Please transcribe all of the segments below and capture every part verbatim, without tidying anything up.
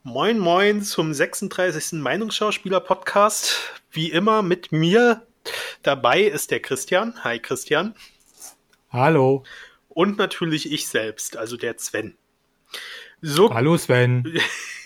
Moin Moin zum sechsunddreißigsten Meinungsschauspieler-Podcast. Wie immer mit mir dabei ist der Christian. Hi Christian. Hallo. Und natürlich ich selbst, also der Sven. So, Hallo Sven.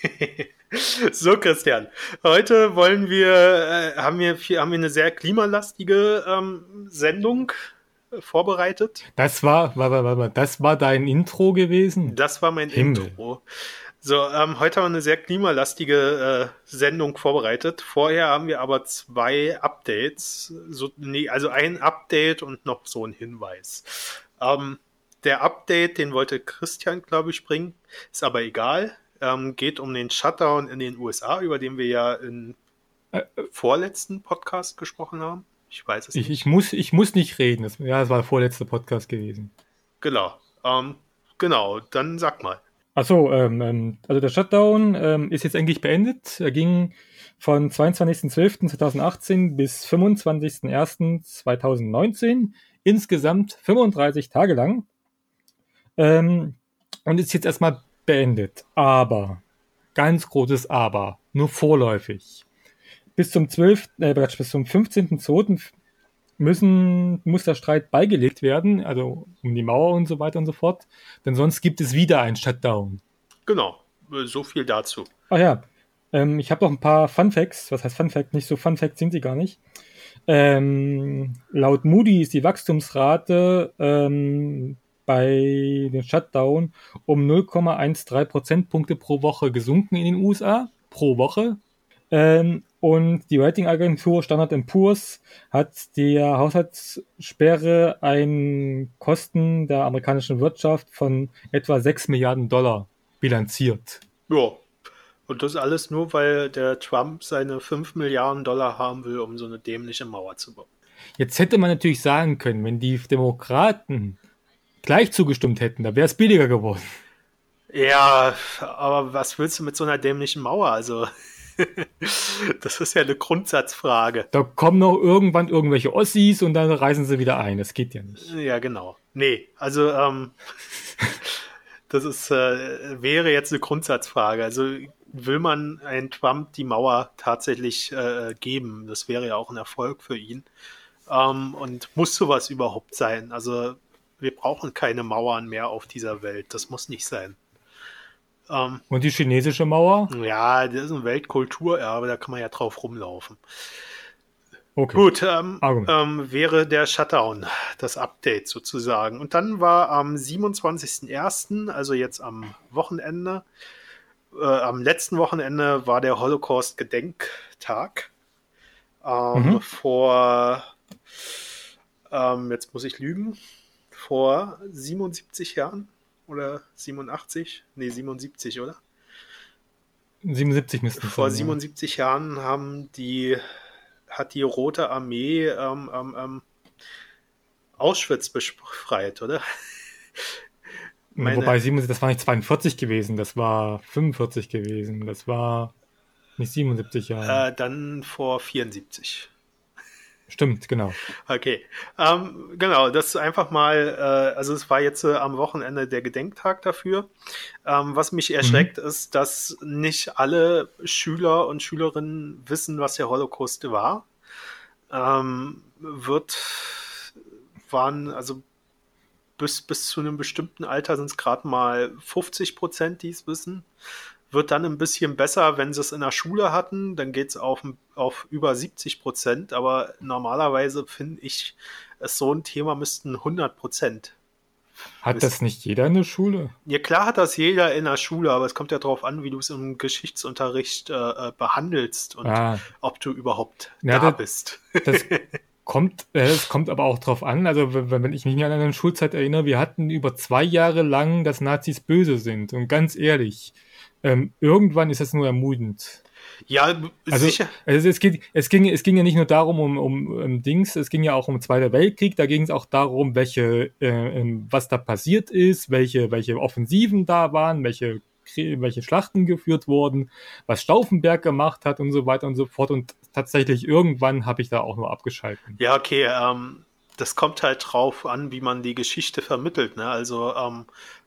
So Christian, heute wollen wir, äh, haben wir, haben wir eine sehr klimalastige ähm, Sendung vorbereitet. Das war, warte, warte, das war dein Intro gewesen? Das war mein Himmel. Intro. So, ähm, heute haben wir eine sehr klimalastige äh, Sendung vorbereitet. Vorher haben wir aber zwei Updates. So, nee, also ein Update und noch so ein Hinweis. Ähm, der Update, den wollte Christian, glaube ich, bringen, ist aber egal. Ähm, geht um den Shutdown in den U S A, über den wir ja im Äh, vorletzten Podcast gesprochen haben. Ich weiß es ich, nicht. ich, muss, ich muss nicht reden. Das, ja, das war der vorletzte Podcast gewesen. Genau. Ähm, genau, dann sag mal. Achso, ähm, ähm, also der Shutdown ähm, ist jetzt endlich beendet. Er ging von zweiundzwanzigsten zwölften zweitausendachtzehn bis fünfundzwanzigsten ersten zweitausendneunzehn. Insgesamt fünfunddreißig Tage lang. Ähm, und ist jetzt erstmal beendet. Aber, ganz großes Aber, nur vorläufig. Bis zum zwölften Äh, bis zum fünfzehnten zweiten müssen, muss der Streit beigelegt werden, also um die Mauer und so weiter und so fort, denn sonst gibt es wieder einen Shutdown. Genau, so viel dazu. Ach ja, ähm, ich habe noch ein paar Fun Facts. Was heißt Fun Fact? Nicht so Fun Fact sind sie gar nicht. Ähm, laut Moody ist die Wachstumsrate ähm, bei dem Shutdown um null Komma dreizehn Prozentpunkte pro Woche gesunken in den U S A, pro Woche. Ähm, und die Ratingagentur Standard and Poor's hat der Haushaltssperre einen Kosten der amerikanischen Wirtschaft von etwa sechs Milliarden Dollar bilanziert. Ja, und das alles nur, weil der Trump seine fünf Milliarden Dollar haben will, um so eine dämliche Mauer zu bauen. Jetzt hätte man natürlich sagen können, wenn die Demokraten gleich zugestimmt hätten, da wäre es billiger geworden. Ja, aber was willst du mit so einer dämlichen Mauer? Also, das ist ja eine Grundsatzfrage. Da kommen noch irgendwann irgendwelche Ossis und dann reisen sie wieder ein. Das geht ja nicht. Ja, genau. Nee, also, ähm, das ist, äh, wäre jetzt eine Grundsatzfrage. Also, will man einen Trump die Mauer tatsächlich äh, geben? Das wäre ja auch ein Erfolg für ihn. Ähm, und muss sowas überhaupt sein? Also, wir brauchen keine Mauern mehr auf dieser Welt. Das muss nicht sein. Ähm, Und die chinesische Mauer? ja, das ist ein Weltkulturerbe, da kann man ja drauf rumlaufen. Okay. Gut, ähm, Argument. ähm, wäre der Shutdown, das Update sozusagen. Und dann war am siebenundzwanzigsten ersten, also jetzt am Wochenende, äh, am letzten Wochenende war der Holocaust-Gedenktag. Ähm, Mhm. Vor, ähm, jetzt muss ich lügen, vor siebenundsiebzig Jahren oder siebenundachtzig? Nee, siebenundsiebzig, oder? siebenundsiebzig müssten es Vor sein, ja. siebenundsiebzig Jahren haben die, hat die Rote Armee ähm, ähm, ähm, Auschwitz befreit, oder? Meine- Wobei siebenundsiebzig, das war nicht zweiundvierzig gewesen, das war fünfundvierzig gewesen. Das war nicht siebenundsiebzig Jahre. Äh, dann vor vierundsiebzig. Stimmt, genau. Okay, ähm, genau, das ist einfach mal, äh, also es war jetzt äh, am Wochenende der Gedenktag dafür. Ähm, was mich erschreckt, ist, dass nicht alle Schüler und Schülerinnen wissen, was der Holocaust war. Ähm, wird, waren, also bis, bis zu einem bestimmten Alter sind es gerade mal fünfzig Prozent, die es wissen. Wird dann ein bisschen besser, wenn sie es in der Schule hatten, dann geht es auf, auf über siebzig Prozent, aber normalerweise finde ich, es so ein Thema müssten hundert Prozent. Hat das nicht jeder in der Schule? Ja, klar hat das jeder in der Schule, aber es kommt ja darauf an, wie du es im Geschichtsunterricht äh, behandelst und Ah, ob du überhaupt Ja, da das- bist. das kommt, äh, das kommt aber auch drauf an. Also wenn, wenn ich mich an eine Schulzeit erinnere, wir hatten über zwei Jahre lang, dass Nazis böse sind. Und ganz ehrlich, ähm, irgendwann ist das nur ermudend. Ja, Also, sicher. also es, geht, es, ging, es ging ja nicht nur darum, um, um, um Dings, es ging ja auch um den Zweiten Weltkrieg, da ging es auch darum, welche, äh, ähm, was da passiert ist, welche, welche Offensiven da waren, welche, Krie- welche Schlachten geführt wurden, was Stauffenberg gemacht hat und so weiter und so fort. Und tatsächlich irgendwann habe ich da auch nur abgeschalten. Ja, okay, ähm, das kommt halt drauf an, wie man die Geschichte vermittelt, ne? Also, ähm,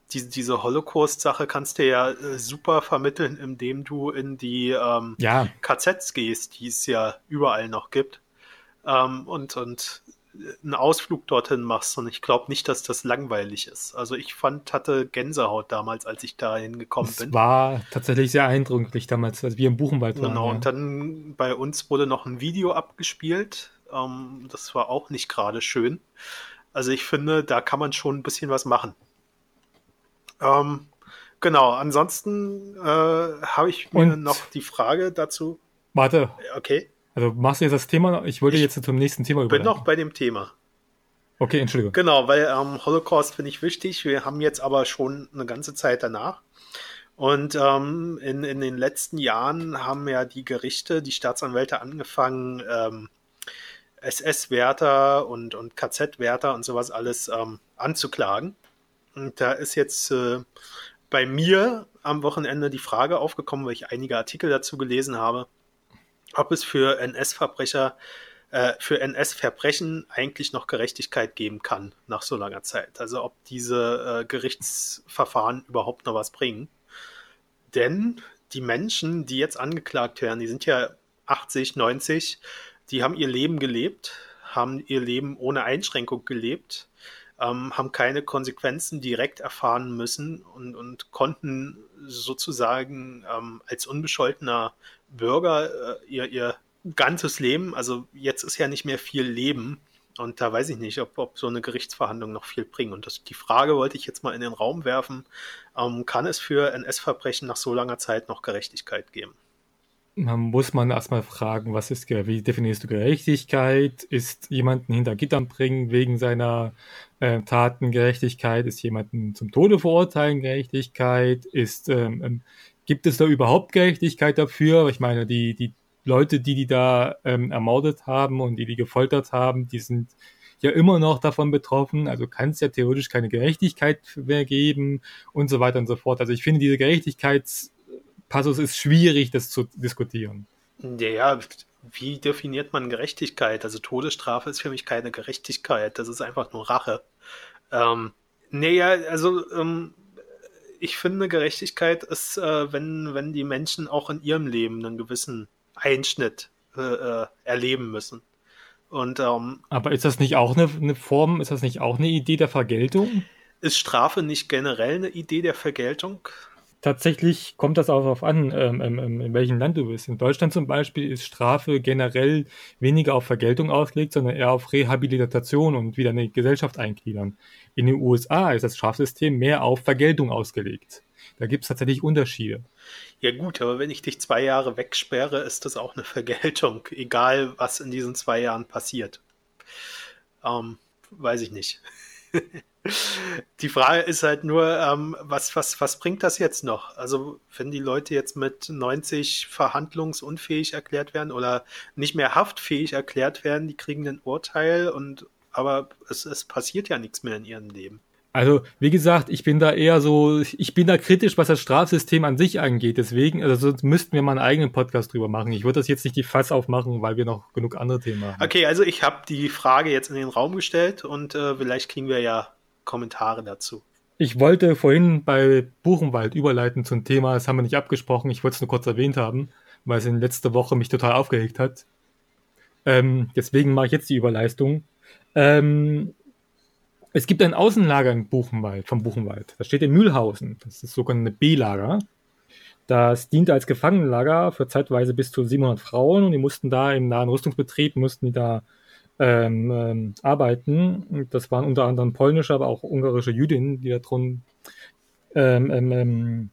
diese, diese Holocaust-Sache kannst du ja äh, super vermitteln, indem du in die ähm, Ja, K Zs gehst, die es ja überall noch gibt, ähm, und, und einen Ausflug dorthin machst. Und ich glaube nicht, dass das langweilig ist. Also ich fand, hatte Gänsehaut damals, als ich da hingekommen es bin. war tatsächlich sehr eindrücklich damals, als wir im Buchenwald waren. Genau, Ja. und dann bei uns wurde noch ein Video abgespielt. Ähm, das war auch nicht gerade schön. Also ich finde, da kann man schon ein bisschen was machen. Ähm, genau, ansonsten äh, habe ich mir Und noch die Frage dazu. warte, Okay, also machst du jetzt das Thema noch? Ich wollte ich jetzt zum nächsten Thema bin noch überleiten. bei dem Thema. Okay, Entschuldigung. Genau, weil ähm, Holocaust finde ich wichtig. Wir haben jetzt aber schon eine ganze Zeit danach. Und ähm, in, in den letzten Jahren haben ja die Gerichte, die Staatsanwälte angefangen, ähm, S S-Wärter und, und K Z-Wärter und sowas alles ähm, anzuklagen. Und da ist jetzt äh, bei mir am Wochenende die Frage aufgekommen, weil ich einige Artikel dazu gelesen habe, ob es für N S-Verbrecher, äh, für N S-Verbrechen eigentlich noch Gerechtigkeit geben kann nach so langer Zeit. Also ob diese äh, Gerichtsverfahren überhaupt noch was bringen. Denn die Menschen, die jetzt angeklagt werden, die sind ja achtzig, neunzig, die haben ihr Leben gelebt, haben ihr Leben ohne Einschränkung gelebt, ähm, haben keine Konsequenzen direkt erfahren müssen und, und konnten sozusagen ähm, als unbescholtener Bürger äh, ihr, ihr ganzes Leben, also jetzt ist ja nicht mehr viel Leben, und da weiß ich nicht, ob, ob so eine Gerichtsverhandlung noch viel bringt. Und das, die Frage wollte ich jetzt mal in den Raum werfen, ähm, kann es für N S-Verbrechen nach so langer Zeit noch Gerechtigkeit geben? Man muss man erstmal fragen, was ist, ge- wie definierst du Gerechtigkeit? Ist jemanden hinter Gittern bringen wegen seiner äh, Taten Gerechtigkeit? Ist jemanden zum Tode verurteilen Gerechtigkeit? Ist, ähm, ähm, gibt es da überhaupt Gerechtigkeit dafür? Ich meine, die, die Leute, die die da ähm, ermordet haben und die die gefoltert haben, die sind ja immer noch davon betroffen. Also kann es ja theoretisch keine Gerechtigkeit mehr geben und so weiter und so fort. Also ich finde, diese Gerechtigkeits Passus ist schwierig, das zu diskutieren. Ja, wie definiert man Gerechtigkeit? Also Todesstrafe ist für mich keine Gerechtigkeit, das ist einfach nur Rache. Ähm, naja, also ähm, ich finde, Gerechtigkeit ist, äh, wenn, wenn die Menschen auch in ihrem Leben einen gewissen Einschnitt äh, äh, erleben müssen. Und ähm, Aber ist das nicht auch eine, eine Form, ist das nicht auch eine Idee der Vergeltung? ist Strafe nicht generell eine Idee der Vergeltung? Tatsächlich kommt das auch darauf an, ähm, ähm, ähm, in welchem Land du bist. In Deutschland zum Beispiel ist Strafe generell weniger auf Vergeltung ausgelegt, sondern eher auf Rehabilitation und wieder in die Gesellschaft eingliedern. In den U S A ist das Strafsystem mehr auf Vergeltung ausgelegt. Da gibt es tatsächlich Unterschiede. Ja gut, aber wenn ich dich zwei Jahre wegsperre, ist das auch eine Vergeltung, egal was in diesen zwei Jahren passiert. Ähm, weiß ich nicht. Die Frage ist halt nur, ähm, was, was, was bringt das jetzt noch? Also, wenn die Leute jetzt mit neunzig verhandlungsunfähig erklärt werden oder nicht mehr haftfähig erklärt werden, die kriegen ein Urteil und aber es, es passiert ja nichts mehr in ihrem Leben. Also, wie gesagt, ich bin da eher so, ich bin da kritisch, was das Strafsystem an sich angeht. Deswegen, also sonst müssten wir mal einen eigenen Podcast drüber machen. Ich würde das jetzt nicht die Fass aufmachen, weil wir noch genug andere Themen haben. Okay, also ich habe die Frage jetzt in den Raum gestellt und äh, vielleicht kriegen wir ja Kommentare dazu. Ich wollte vorhin bei Buchenwald überleiten zum Thema, das haben wir nicht abgesprochen, ich wollte es nur kurz erwähnt haben, weil es in letzter Woche mich total aufgeregt hat. Ähm, deswegen mache ich jetzt die Überleistung. Ähm, es gibt ein Außenlager im Buchenwald, vom Buchenwald. Das steht in Mühlhausen. Das ist das sogenannte B-Lager. Das diente als Gefangenenlager für zeitweise bis zu siebenhundert Frauen und die mussten da im nahen Rüstungsbetrieb, mussten die da ähm, ähm, arbeiten. Das waren unter anderem polnische, aber auch ungarische Jüdinnen, die da drin ähm, ähm, ähm,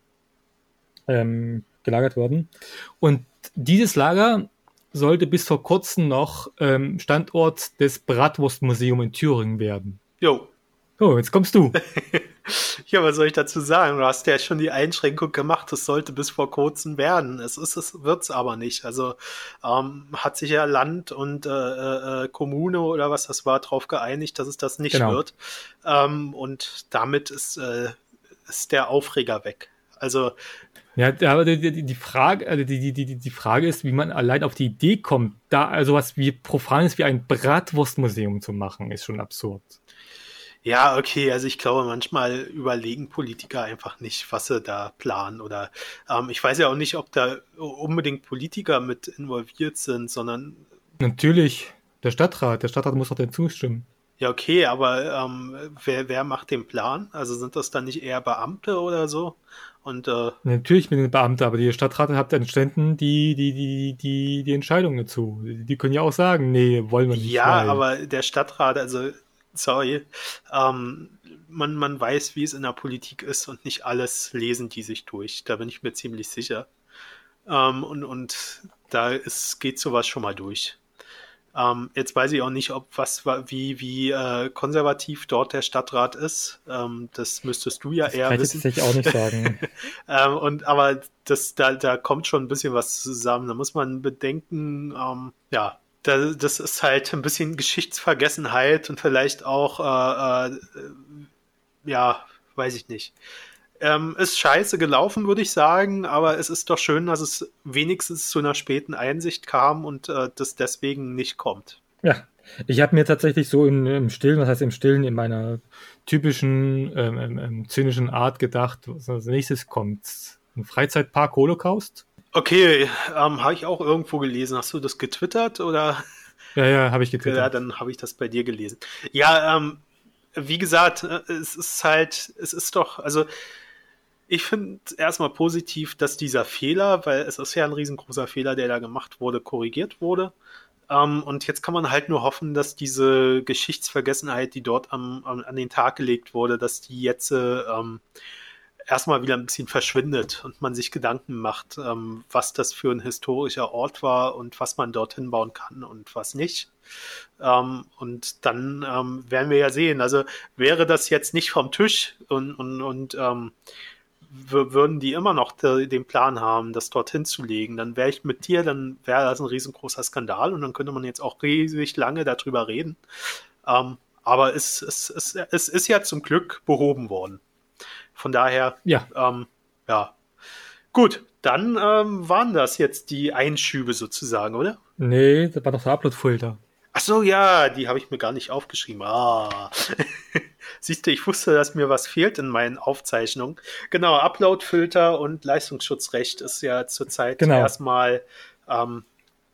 ähm, gelagert wurden. Und dieses Lager sollte bis vor kurzem noch ähm, Standort des Bratwurstmuseums in Thüringen werden. Jo. Oh, jetzt kommst du. Ja, was soll ich dazu sagen? Du hast ja schon die Einschränkung gemacht, es sollte bis vor kurzem werden. Es ist, es wird's aber nicht. Also ähm, hat sich ja Land und äh, äh, Kommune oder was das war, darauf geeinigt, dass es das nicht Genau. wird. Ähm, und damit ist, äh, ist der Aufreger weg. Also Ja, aber die, die, die Frage, also die, die, die, die Frage ist, wie man allein auf die Idee kommt, da also was wie Profanes wie ein Bratwurstmuseum zu machen, ist schon absurd. Ja, okay, also ich glaube, manchmal überlegen Politiker einfach nicht, was sie da planen oder ähm, ich weiß ja auch nicht, ob da unbedingt Politiker mit involviert sind, sondern Natürlich, der Stadtrat, der Stadtrat muss doch dem zustimmen. ja, okay, aber ähm, wer, wer macht den Plan? Also sind das dann nicht eher Beamte oder so? Und äh, Natürlich mit den Beamten, aber die Stadtrat hat an Ständen die, die, die, die, die Entscheidung dazu. Die können ja auch sagen, nee, wollen wir nicht, ja, weil. aber der Stadtrat, also sorry, ähm, man, man weiß, wie es in der Politik ist und nicht alles lesen die sich durch. Da bin ich mir ziemlich sicher. Ähm, und, und da ist, geht sowas schon mal durch. Ähm, jetzt weiß ich auch nicht, ob was wie, wie äh, konservativ dort der Stadtrat ist. Ähm, das müsstest du ja Das kann eher ich jetzt wissen. tatsächlich auch nicht sagen. ähm, und aber das, da, da kommt schon ein bisschen was zusammen. Da muss man bedenken, ähm, ja, da, das ist halt ein bisschen Geschichtsvergessenheit und vielleicht auch, äh, äh, ja, weiß ich nicht. Ähm, ist scheiße gelaufen, würde ich sagen, aber es ist doch schön, dass es wenigstens zu einer späten Einsicht kam und äh, das deswegen nicht kommt. Ja, ich habe mir tatsächlich so im, im Stillen, was heißt im Stillen, in meiner typischen ähm, ähm, ähm, zynischen Art gedacht, was als nächstes kommt. Ein Freizeitpark Holocaust? Okay, ähm, habe ich auch irgendwo gelesen. Hast du das getwittert oder? Ja, ja, habe ich Ja, getwittert. dann habe ich das bei dir gelesen. Ja, ähm, wie gesagt, äh, es ist halt, es ist doch, also ich finde erstmal positiv, dass dieser Fehler, weil es ist ja ein riesengroßer Fehler, der da gemacht wurde, korrigiert wurde. Ähm, und jetzt kann man halt nur hoffen, dass diese Geschichtsvergessenheit, die dort am, am, an den Tag gelegt wurde, dass die jetzt äh, ähm, erstmal wieder ein bisschen verschwindet und man sich Gedanken macht, ähm, was das für ein historischer Ort war und was man dorthin bauen kann und was nicht. Ähm, und dann ähm, werden wir ja sehen. Also wäre das jetzt nicht vom Tisch und, und, und ähm, würden die immer noch de, den Plan haben, das dorthin zu legen, dann wäre ich mit dir, dann wäre das ein riesengroßer Skandal und dann könnte man jetzt auch riesig lange darüber reden. Ähm, aber es, es, es, es ist ja zum Glück behoben worden. Von daher, Ja, ähm, ja. Gut, dann ähm, waren das jetzt die Einschübe sozusagen, oder? nee, das war doch der Upload-Filter. Ach so, ja, die habe ich mir gar nicht aufgeschrieben. Ah. Siehst du, ich wusste, dass mir was fehlt in meinen Aufzeichnungen. Genau, Upload-Filter und Leistungsschutzrecht ist ja zurzeit Genau. erstmal, ähm,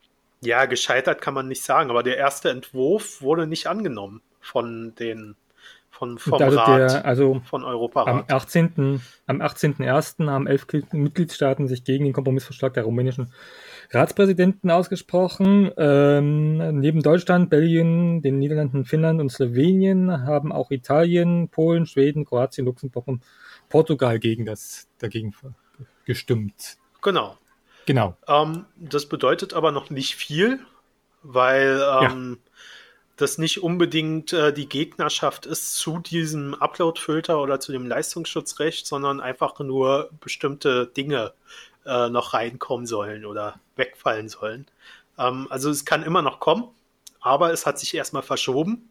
ja, gescheitert kann man nicht sagen, aber der erste Entwurf wurde nicht angenommen von den, von, vom Also Rat, der, also von am Europarat. achtzehnten Am achtzehnten ersten haben elf Mitgliedstaaten sich gegen den Kompromissvorschlag der rumänischen Ratspräsidenten ausgesprochen. Ähm, neben Deutschland, Belgien, den Niederlanden, Finnland und Slowenien haben auch Italien, Polen, Schweden, Kroatien, Luxemburg und Portugal gegen das dagegen gestimmt. Genau. Genau. Ähm, das bedeutet aber noch nicht viel, weil Ja. ähm, das nicht unbedingt äh, die Gegnerschaft ist zu diesem Upload-Filter oder zu dem Leistungsschutzrecht, sondern einfach nur bestimmte Dinge äh, noch reinkommen sollen oder wegfallen sollen. Ähm, also es kann immer noch kommen, aber es hat sich erstmal verschoben.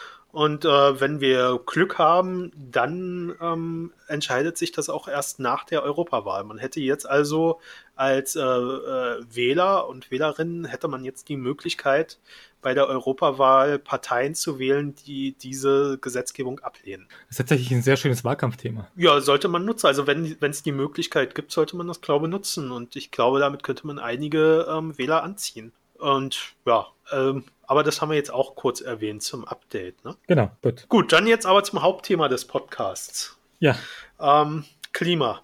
Und äh, wenn wir Glück haben, dann ähm, entscheidet sich das auch erst nach der Europawahl. Man hätte jetzt also als äh, äh, Wähler und Wählerinnen hätte man jetzt die Möglichkeit, bei der Europawahl Parteien zu wählen, die diese Gesetzgebung ablehnen. Das ist tatsächlich ein sehr schönes Wahlkampfthema. Ja, sollte man nutzen. Also wenn wenn es die Möglichkeit gibt, sollte man das, glaube ich, nutzen. Und ich glaube, damit könnte man einige ähm, Wähler anziehen. Und ja, ähm, aber das haben wir jetzt auch kurz erwähnt zum Update. Ne? Genau, gut. Gut, dann jetzt aber zum Hauptthema des Podcasts. Ja. Ähm, Klima.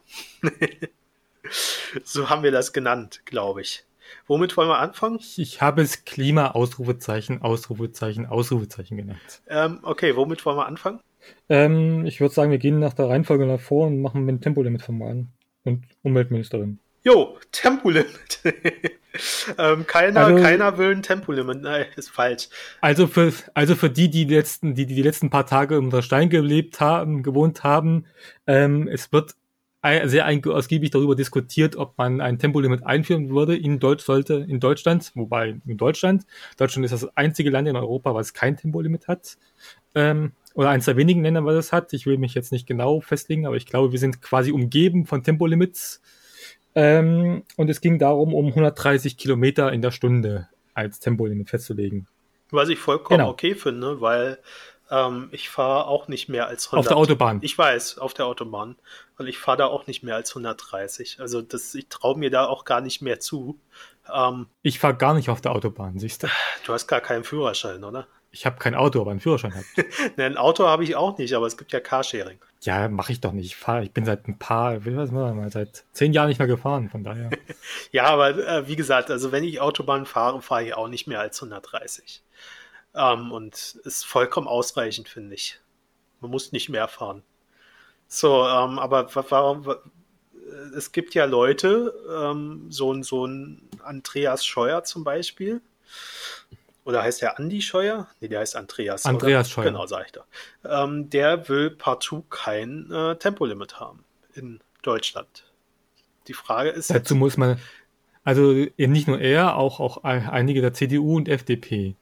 So haben wir das genannt, glaube ich. Womit wollen wir anfangen? Ich, ich habe es Klima, Ausrufezeichen, Ausrufezeichen, Ausrufezeichen genannt. Ähm, okay, womit wollen wir anfangen? Ähm, ich würde sagen, wir gehen nach der Reihenfolge nach vor und machen mit dem Tempolimit vom Wagen. Und Umweltministerin. Jo, Tempolimit. ähm, keiner, Also- keiner will ein Tempolimit. Nein, ist falsch. Also für, also für die, die die letzten, die, die die letzten paar Tage unter Stein gelebt haben, gewohnt haben, ähm, es wird ei- sehr ein- ausgiebig darüber diskutiert, ob man ein Tempolimit einführen würde in Deutsch sollte, in Deutschland, wobei in Deutschland, Deutschland ist das einzige Land in Europa, was kein Tempolimit hat, ähm, oder eines der wenigen Länder, was es hat. Ich will mich jetzt nicht genau festlegen, aber ich glaube, wir sind quasi umgeben von Tempolimits. Ähm, und es ging darum, um hundertdreißig Kilometer in der Stunde als Tempolimit festzulegen. Was ich vollkommen Genau. okay finde, weil Ähm, ich fahre auch nicht mehr als hundert. Auf der Autobahn? Ich weiß, auf der Autobahn. Und ich fahre da auch nicht mehr als hundertdreißig. Also das, ich traue mir da auch gar nicht mehr zu. Ähm, ich fahre gar nicht auf der Autobahn, siehst du? Du hast gar keinen Führerschein, oder? Ich habe kein Auto, aber einen Führerschein habe ich. Ne, ein Auto habe ich auch nicht, aber es gibt ja Carsharing. Ja, mache ich doch nicht. Ich fahre, ich bin seit ein paar, was mal, seit zehn Jahren nicht mehr gefahren, von daher. Ja, aber äh, wie gesagt, also wenn ich Autobahn fahre, fahre ich auch nicht mehr als hundertdreißig. Ähm, und ist vollkommen ausreichend, finde ich. Man muss nicht mehr fahren. So, ähm, aber wa- warum? wa- Es gibt ja Leute, ähm, so ein so ein Andreas Scheuer zum Beispiel. Oder heißt der Andi Scheuer? Nee, der heißt Andreas. Andreas oder? Scheuer. Genau, sag ich da. Ähm, der will partout kein äh, Tempolimit haben in Deutschland. Die Frage ist Dazu jetzt, muss man, also eben nicht nur er, auch, auch einige der C D U und F D P.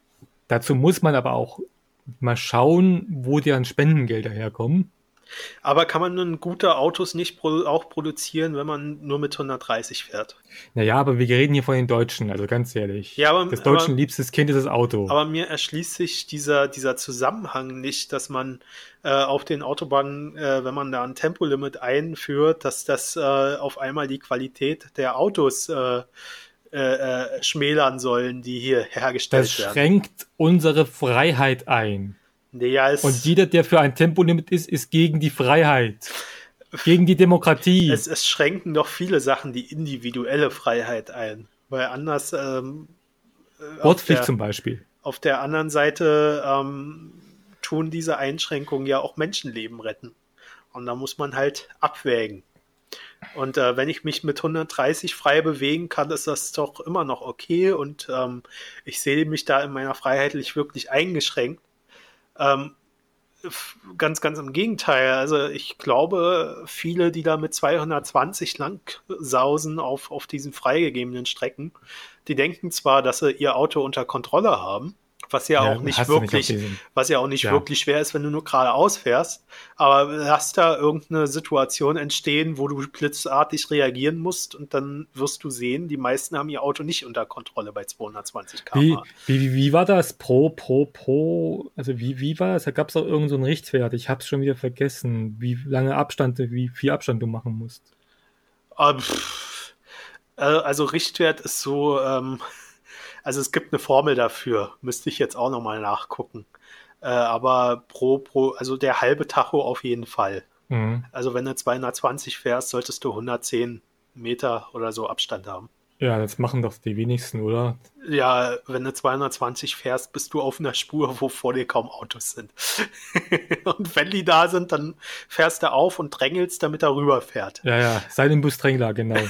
Dazu muss man aber auch mal schauen, wo deren Spendengelder herkommen. aber kann man nun gute Autos nicht pro, auch produzieren, wenn man nur mit hundertdreißig fährt? Naja, aber wir reden hier von den Deutschen, also ganz ehrlich. Ja, aber, das Deutschen aber, liebstes Kind ist das Auto. aber mir erschließt sich dieser, dieser Zusammenhang nicht, dass man äh, auf den Autobahnen, äh, wenn man da ein Tempolimit einführt, dass das äh, auf einmal die Qualität der Autos äh, äh, äh, schmälern sollen, die hier hergestellt das werden. schränkt unsere Freiheit ein. Nee, ja, es, Und jeder, der für ein Tempolimit ist, ist gegen die Freiheit. Gegen die Demokratie. es, es schränken doch viele Sachen die individuelle Freiheit ein. Weil anders ähm, auf Ortspflicht der, zum Beispiel. auf der anderen Seite ähm, tun diese Einschränkungen ja auch Menschenleben retten. Und da muss man halt abwägen. Und äh, wenn ich mich mit hundertdreißig frei bewegen kann, ist das doch immer noch okay. Und ähm, ich sehe mich da in meiner Freiheit nicht wirklich eingeschränkt. Ähm, f- ganz, ganz im Gegenteil. Also ich glaube, viele, die da mit zweihundertzwanzig lang sausen auf, auf diesen freigegebenen Strecken, die denken zwar, dass sie ihr Auto unter Kontrolle haben, was ja, Ja, auch nicht hast du nicht wirklich, auf diesen- was ja auch nicht Ja. wirklich schwer ist, wenn du nur geradeaus fährst. Aber lass da irgendeine Situation entstehen, wo du blitzartig reagieren musst und dann wirst du sehen, die meisten haben ihr Auto nicht unter Kontrolle bei zweihundertzwanzig Wie, Kilometer pro Stunde. wie, wie, wie war das? Pro, pro, pro, also wie, wie war das? Da gab es auch irgendeinen so einen Richtwert. Ich habe es schon wieder vergessen, wie lange Abstand, wie viel Abstand du machen musst. Ähm, pff, äh, also Richtwert ist so, ähm, also es gibt eine Formel dafür, müsste ich jetzt auch nochmal nachgucken. Äh, aber pro, pro, also der halbe Tacho auf jeden Fall. Mhm. Also wenn du zweihundertzwanzig fährst, solltest du hundertzehn Meter oder so Abstand haben. Ja, das machen doch die wenigsten, oder? Ja, wenn du zweihundertzwanzig fährst, bist du auf einer Spur, wo vor dir kaum Autos sind. Und wenn die da sind, dann fährst du auf und drängelst, damit er rüberfährt. Ja, ja, sei den Busdrängler, genau.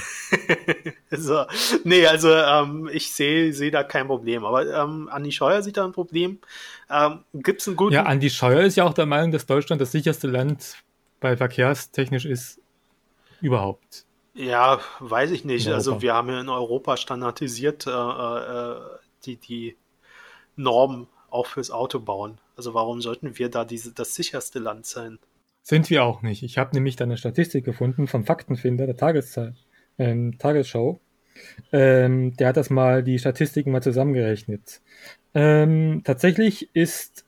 So. Nee, also ähm, ich sehe seh da kein Problem. Aber ähm, Andi Scheuer sieht da ein Problem. Ähm, Gibt es einen guten... Ja, Andi Scheuer ist ja auch der Meinung, dass Deutschland das sicherste Land bei verkehrstechnisch ist überhaupt. Ja, weiß ich nicht. In Also Europa. wir haben ja in Europa standardisiert äh, äh, die, die Normen auch fürs Auto bauen. Also warum sollten wir da diese, das sicherste Land sein? Sind wir auch nicht. Ich habe nämlich da eine Statistik gefunden vom Faktenfinder der Tageszei- ähm, Tagesschau. Ähm, der hat das mal, die Statistiken mal zusammengerechnet. Ähm, tatsächlich ist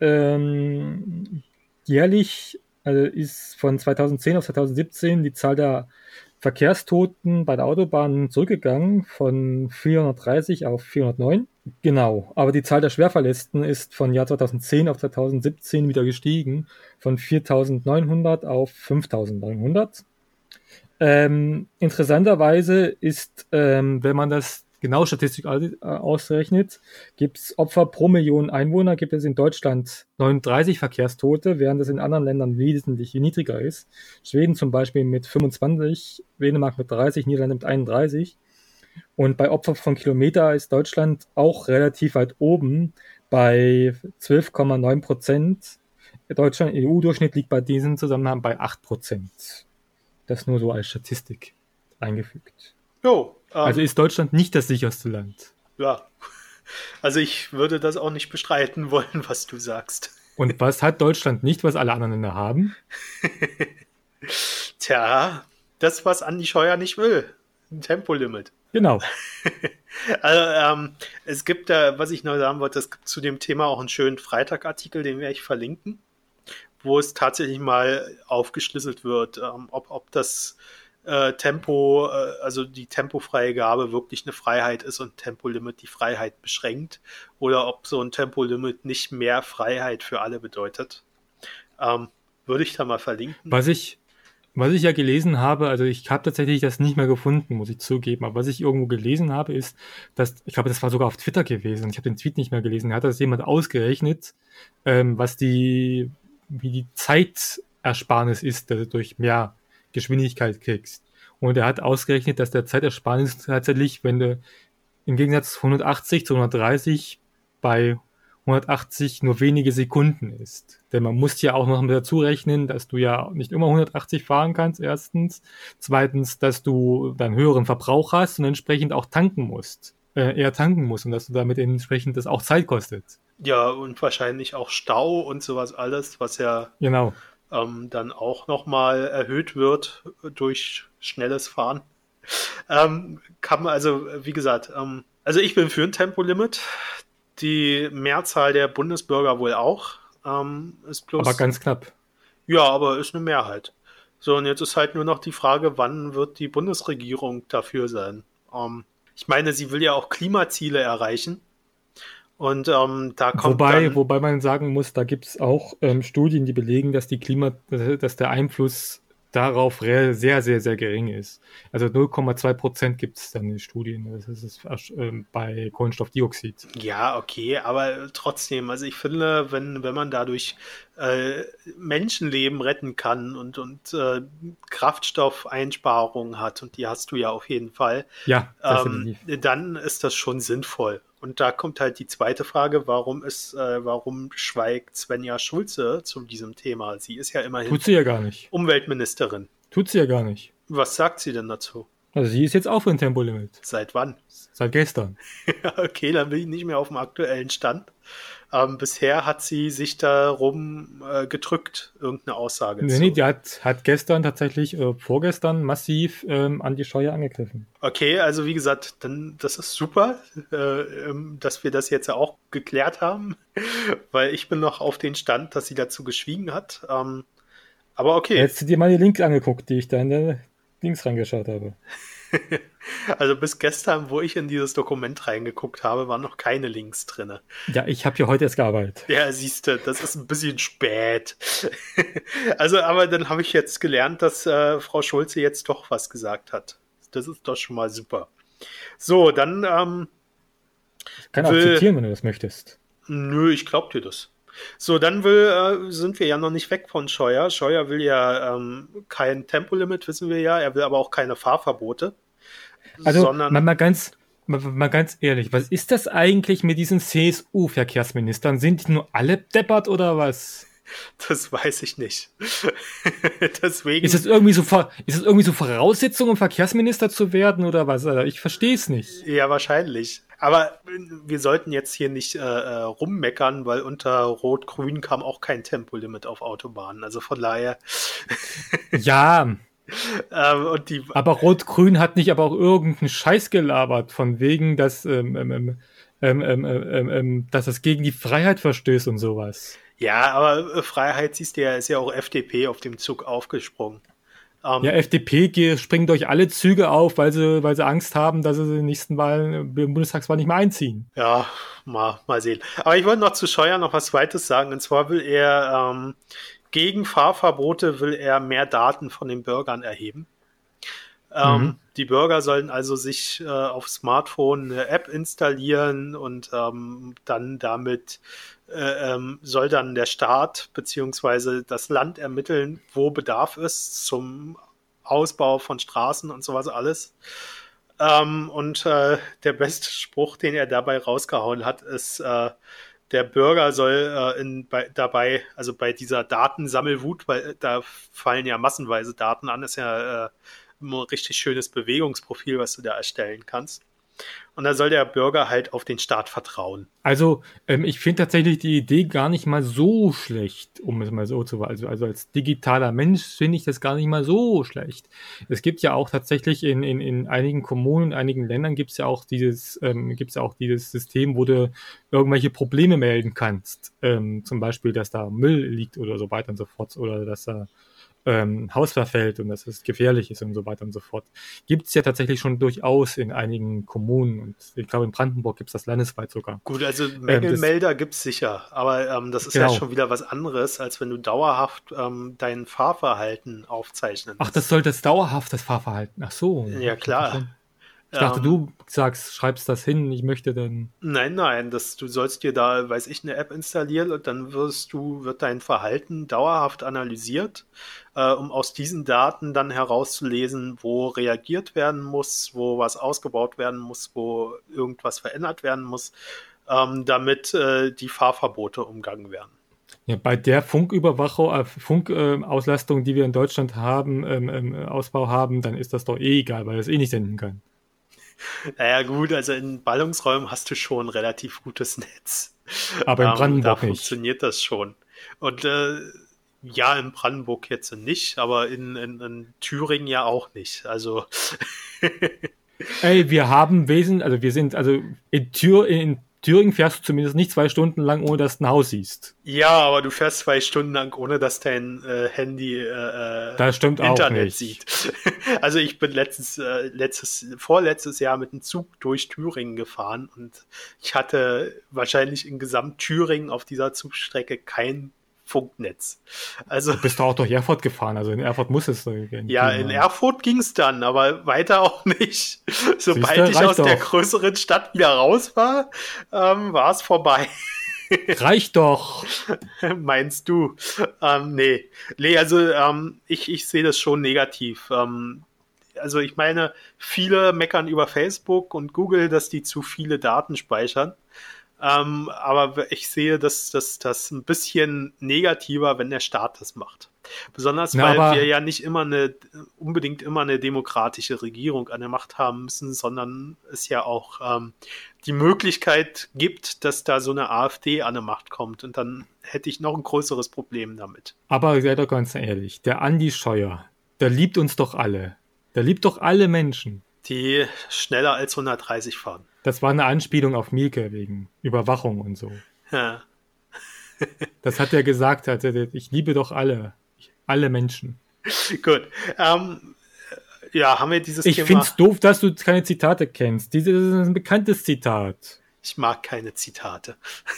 ähm, jährlich, also ist von zweitausendzehn auf zweitausendsiebzehn die Zahl der Verkehrstoten bei der Autobahn zurückgegangen von vierhundertdreißig auf vierhundertneun. Genau, aber die Zahl der Schwerverletzten ist von Jahr zweitausendzehn auf zweitausendsiebzehn wieder gestiegen, von viertausendneunhundert auf fünftausendneunhundert. Ähm, interessanterweise ist, ähm, wenn man das genau statistisch äh, ausrechnet, gibt es Opfer pro Million Einwohner, gibt es in Deutschland neununddreißig Verkehrstote, während es in anderen Ländern wesentlich niedriger ist. Schweden zum Beispiel mit fünfundzwanzig, Dänemark mit dreißig, Niederlande mit einunddreißig. Und bei Opfer von Kilometer ist Deutschland auch relativ weit oben bei zwölf Komma neun Prozent. Deutschland, E U-Durchschnitt liegt bei diesem Zusammenhang bei acht Prozent. Das nur so als Statistik eingefügt. Jo, ähm, Also ist Deutschland nicht das sicherste Land. ja. Also ich würde das auch nicht bestreiten wollen, was du sagst. Und was hat Deutschland nicht, was alle anderen Länder haben? Tja, das, was Andi Scheuer nicht will. Ein Tempolimit. Genau. Also, ähm, es gibt da, was ich noch sagen wollte, es gibt zu dem Thema auch einen schönen Freitag-Artikel, den werde ich verlinken, wo es tatsächlich mal aufgeschlüsselt wird, ähm, ob, ob das äh, Tempo, äh, also die Tempofreigabe wirklich eine Freiheit ist und Tempolimit die Freiheit beschränkt oder ob so ein Tempolimit nicht mehr Freiheit für alle bedeutet. Ähm, würde ich da mal verlinken. Was ich, was ich ja gelesen habe, also ich habe tatsächlich das nicht mehr gefunden, muss ich zugeben, aber was ich irgendwo gelesen habe, ist, dass, ich glaube, das war sogar auf Twitter gewesen, ich habe den Tweet nicht mehr gelesen, da hat das jemand ausgerechnet, ähm, was die, wie die Zeitersparnis ist, dass du durch mehr Geschwindigkeit kriegst. Und er hat ausgerechnet, dass der Zeitersparnis tatsächlich, wenn du im Gegensatz hundertachtzig zu hundertdreißig bei hundertachtzig nur wenige Sekunden ist. Denn man muss ja auch noch mit dazu rechnen, dass du ja nicht immer hundertachtzig fahren kannst, erstens. Zweitens, dass du dann höheren Verbrauch hast und entsprechend auch tanken musst. Äh, eher tanken musst und dass du damit entsprechend das auch Zeit kostet. Ja, und wahrscheinlich auch Stau und sowas alles, was ja Genau. ähm, dann auch nochmal erhöht wird durch schnelles Fahren. Ähm, kann man also, wie gesagt, ähm, also ich bin für ein Tempolimit. Die Mehrzahl der Bundesbürger wohl auch. Ähm, ist bloß, Aber ganz knapp. ja, aber ist eine Mehrheit. So, und jetzt ist halt nur noch die Frage, wann wird die Bundesregierung dafür sein? Ähm, ich meine, sie will ja auch Klimaziele erreichen. Und ähm, da kommt Wobei, dann, wobei man sagen muss, da gibt es auch ähm, Studien, die belegen, dass die Klima, dass der Einfluss darauf re- sehr, sehr, sehr gering ist. Also null Komma zwei Prozent gibt es dann in Studien. Das ist ähm, bei Kohlenstoffdioxid. ja, okay, aber trotzdem, also ich finde, wenn, wenn man dadurch äh, Menschenleben retten kann und, und äh, Kraftstoffeinsparungen hat, und die hast du ja auf jeden Fall, Ja, ähm, definitiv. dann ist das schon sinnvoll. Und da kommt halt die zweite Frage, warum ist, äh, warum schweigt Svenja Schulze zu diesem Thema? Sie ist ja immerhin Tut sie ja gar nicht. Umweltministerin. Tut sie ja gar nicht. Was sagt sie denn dazu? Also sie ist jetzt auch für ein Tempolimit. Seit wann? Seit gestern. Okay, dann bin ich nicht mehr auf dem aktuellen Stand. Ähm, bisher hat sie sich darum äh, gedrückt, irgendeine Aussage Nee, zu. nee, die hat, hat gestern tatsächlich, äh, vorgestern massiv ähm, an die Scheuer angegriffen. Okay, also wie gesagt, dann das ist super, äh, ähm, dass wir das jetzt ja auch geklärt haben, weil ich bin noch auf den Stand, dass sie dazu geschwiegen hat. Ähm, aber okay, Hättest du dir mal die Links angeguckt, die ich da in der Links reingeschaut habe? also bis gestern, wo ich in dieses Dokument reingeguckt habe, waren noch keine Links drinne. Ja, ich habe ja heute erst gearbeitet. Ja, siehst du, das ist ein bisschen spät. Also, aber dann habe ich jetzt gelernt, dass äh, Frau Schulze jetzt doch was gesagt hat. Das ist doch schon mal super. So, dann, ähm, Ich kann auch will, zitieren, wenn du das möchtest. nö, ich glaub dir das. So, dann will, äh, sind wir ja noch nicht weg von Scheuer. Scheuer will ja ähm, kein Tempolimit, wissen wir ja. Er will aber auch keine Fahrverbote. Also, sondern, mal, mal ganz, mal, mal ganz ehrlich, was ist das eigentlich mit diesen C S U-Verkehrsministern? Sind die nur alle deppert oder was? das weiß ich nicht. Deswegen. Ist es irgendwie so, Ver- ist es irgendwie so Voraussetzung, um Verkehrsminister zu werden oder was? Alter? Ich verstehe es nicht. Ja, wahrscheinlich. Aber wir sollten jetzt hier nicht äh, äh, rummeckern, weil unter Rot-Grün kam auch kein Tempolimit auf Autobahnen. Also von daher. Ja, ähm, und die, aber Rot-Grün hat nicht aber auch irgendeinen Scheiß gelabert, von wegen, dass, ähm, ähm, ähm, ähm, ähm, ähm, ähm, dass es gegen die Freiheit verstößt und sowas. ja, aber äh, Freiheit, siehst du ja, ist ja auch F D P auf dem Zug aufgesprungen. Ähm, Ja, F D P ge- springen durch alle Züge auf, weil sie, weil sie Angst haben, dass sie die nächsten Wahlen, äh, Bundestagswahl nicht mehr einziehen. ja, mal, mal sehen. Aber ich wollte noch zu Scheuer noch was Zweites sagen. Und zwar will er ähm, gegen Fahrverbote will er mehr Daten von den Bürgern erheben. Ähm, Mhm. Die Bürger sollen also sich äh, auf Smartphone eine App installieren und ähm, dann damit äh, ähm, soll dann der Staat beziehungsweise das Land ermitteln, wo Bedarf ist zum Ausbau von Straßen und sowas alles. Ähm, und äh, der beste Spruch, den er dabei rausgehauen hat, ist, äh, der Bürger soll äh, in, bei, dabei, also bei dieser Datensammelwut, weil äh, da fallen ja massenweise Daten an, ist ja äh, ein richtig schönes Bewegungsprofil, was du da erstellen kannst. Und da soll der Bürger halt auf den Staat vertrauen. Also, ähm, ich finde tatsächlich die Idee gar nicht mal so schlecht, um es mal so zu also, also als digitaler Mensch finde ich das gar nicht mal so schlecht. Es gibt ja auch tatsächlich in, in, in einigen Kommunen, in einigen Ländern gibt es ja auch dieses, ähm, gibt's ja auch dieses System, wo du irgendwelche Probleme melden kannst. Ähm, zum Beispiel, dass da Müll liegt oder so weiter und so fort. Oder dass da ähm, Haus verfällt und dass es gefährlich ist und so weiter und so fort. Gibt es ja tatsächlich schon durchaus in einigen Kommunen und ich glaube in Brandenburg gibt es das landesweit sogar. Gut, also Ähm, das, Mängelmelder gibt es sicher, aber ähm, das ist ja genau. schon wieder was anderes, als wenn du dauerhaft ähm, dein Fahrverhalten aufzeichnen Ach, lässt. das soll das dauerhaft das Fahrverhalten. Ach so. Ja, klar. Ich dachte, Ähm, du sagst, schreibst das hin, ich möchte dann. Nein, nein, das, du sollst dir da, weiß ich, eine App installieren und dann wirst du, wird dein Verhalten dauerhaft analysiert, äh, um aus diesen Daten dann herauszulesen, wo reagiert werden muss, wo was ausgebaut werden muss, wo irgendwas verändert werden muss, ähm, damit äh, die Fahrverbote umgangen werden. Ja, bei der Funküberwachung, äh, Funkauslastung, äh, die wir in Deutschland haben, ähm, ähm, Ausbau haben, dann ist das doch eh egal, weil es eh nicht senden kann. Naja gut, also in Ballungsräumen hast du schon ein relativ gutes Netz. Aber in ähm, Brandenburg da nicht. funktioniert das schon. Und äh, ja, in Brandenburg jetzt nicht, aber in, in, in Thüringen ja auch nicht. Also Ey, wir haben Wesen, also wir sind, also in, Thür, in Thüringen fährst du zumindest nicht zwei Stunden lang, ohne dass du ein Haus siehst. ja, aber du fährst zwei Stunden lang, ohne dass dein äh, Handy äh, Das stimmt Internet auch nicht. sieht. Also ich bin letztes, äh, letztes, vorletztes Jahr mit dem Zug durch Thüringen gefahren und ich hatte wahrscheinlich in Gesamt Thüringen auf dieser Zugstrecke kein Funknetz. Also Du bist doch auch durch Erfurt gefahren, also in Erfurt muss es so gehen. ja, in Erfurt ging es dann, aber weiter auch nicht. Sobald Siehste, ich reicht aus der doch. größeren Stadt wieder raus war, ähm, war es vorbei. Reicht doch. Meinst du? Ähm, nee. Nee, also ähm, ich, ich sehe das schon negativ. Ähm, also ich meine, viele meckern über Facebook und Google, dass die zu viele Daten speichern. Ähm, aber ich sehe das, das, das ein bisschen negativer, wenn der Staat das macht. Besonders, Na, weil aber- wir ja nicht immer eine, unbedingt immer eine demokratische Regierung an der Macht haben müssen, sondern es ja auch ähm, die Möglichkeit gibt, dass da so eine AfD an der Macht kommt. Und dann hätte ich noch ein größeres Problem damit. Aber sei doch ganz ehrlich, der Andi Scheuer, der liebt uns doch alle. Der liebt doch alle Menschen. Die schneller als hundertdreißig fahren. Das war eine Anspielung auf Mielke wegen Überwachung und so. Ja. Das hat er gesagt, also ich liebe doch alle. Alle Menschen. Gut. Ähm, ja, haben wir dieses Ich Thema... finde es doof, dass du keine Zitate kennst. Dieses ist ein bekanntes Zitat. Ich mag keine Zitate.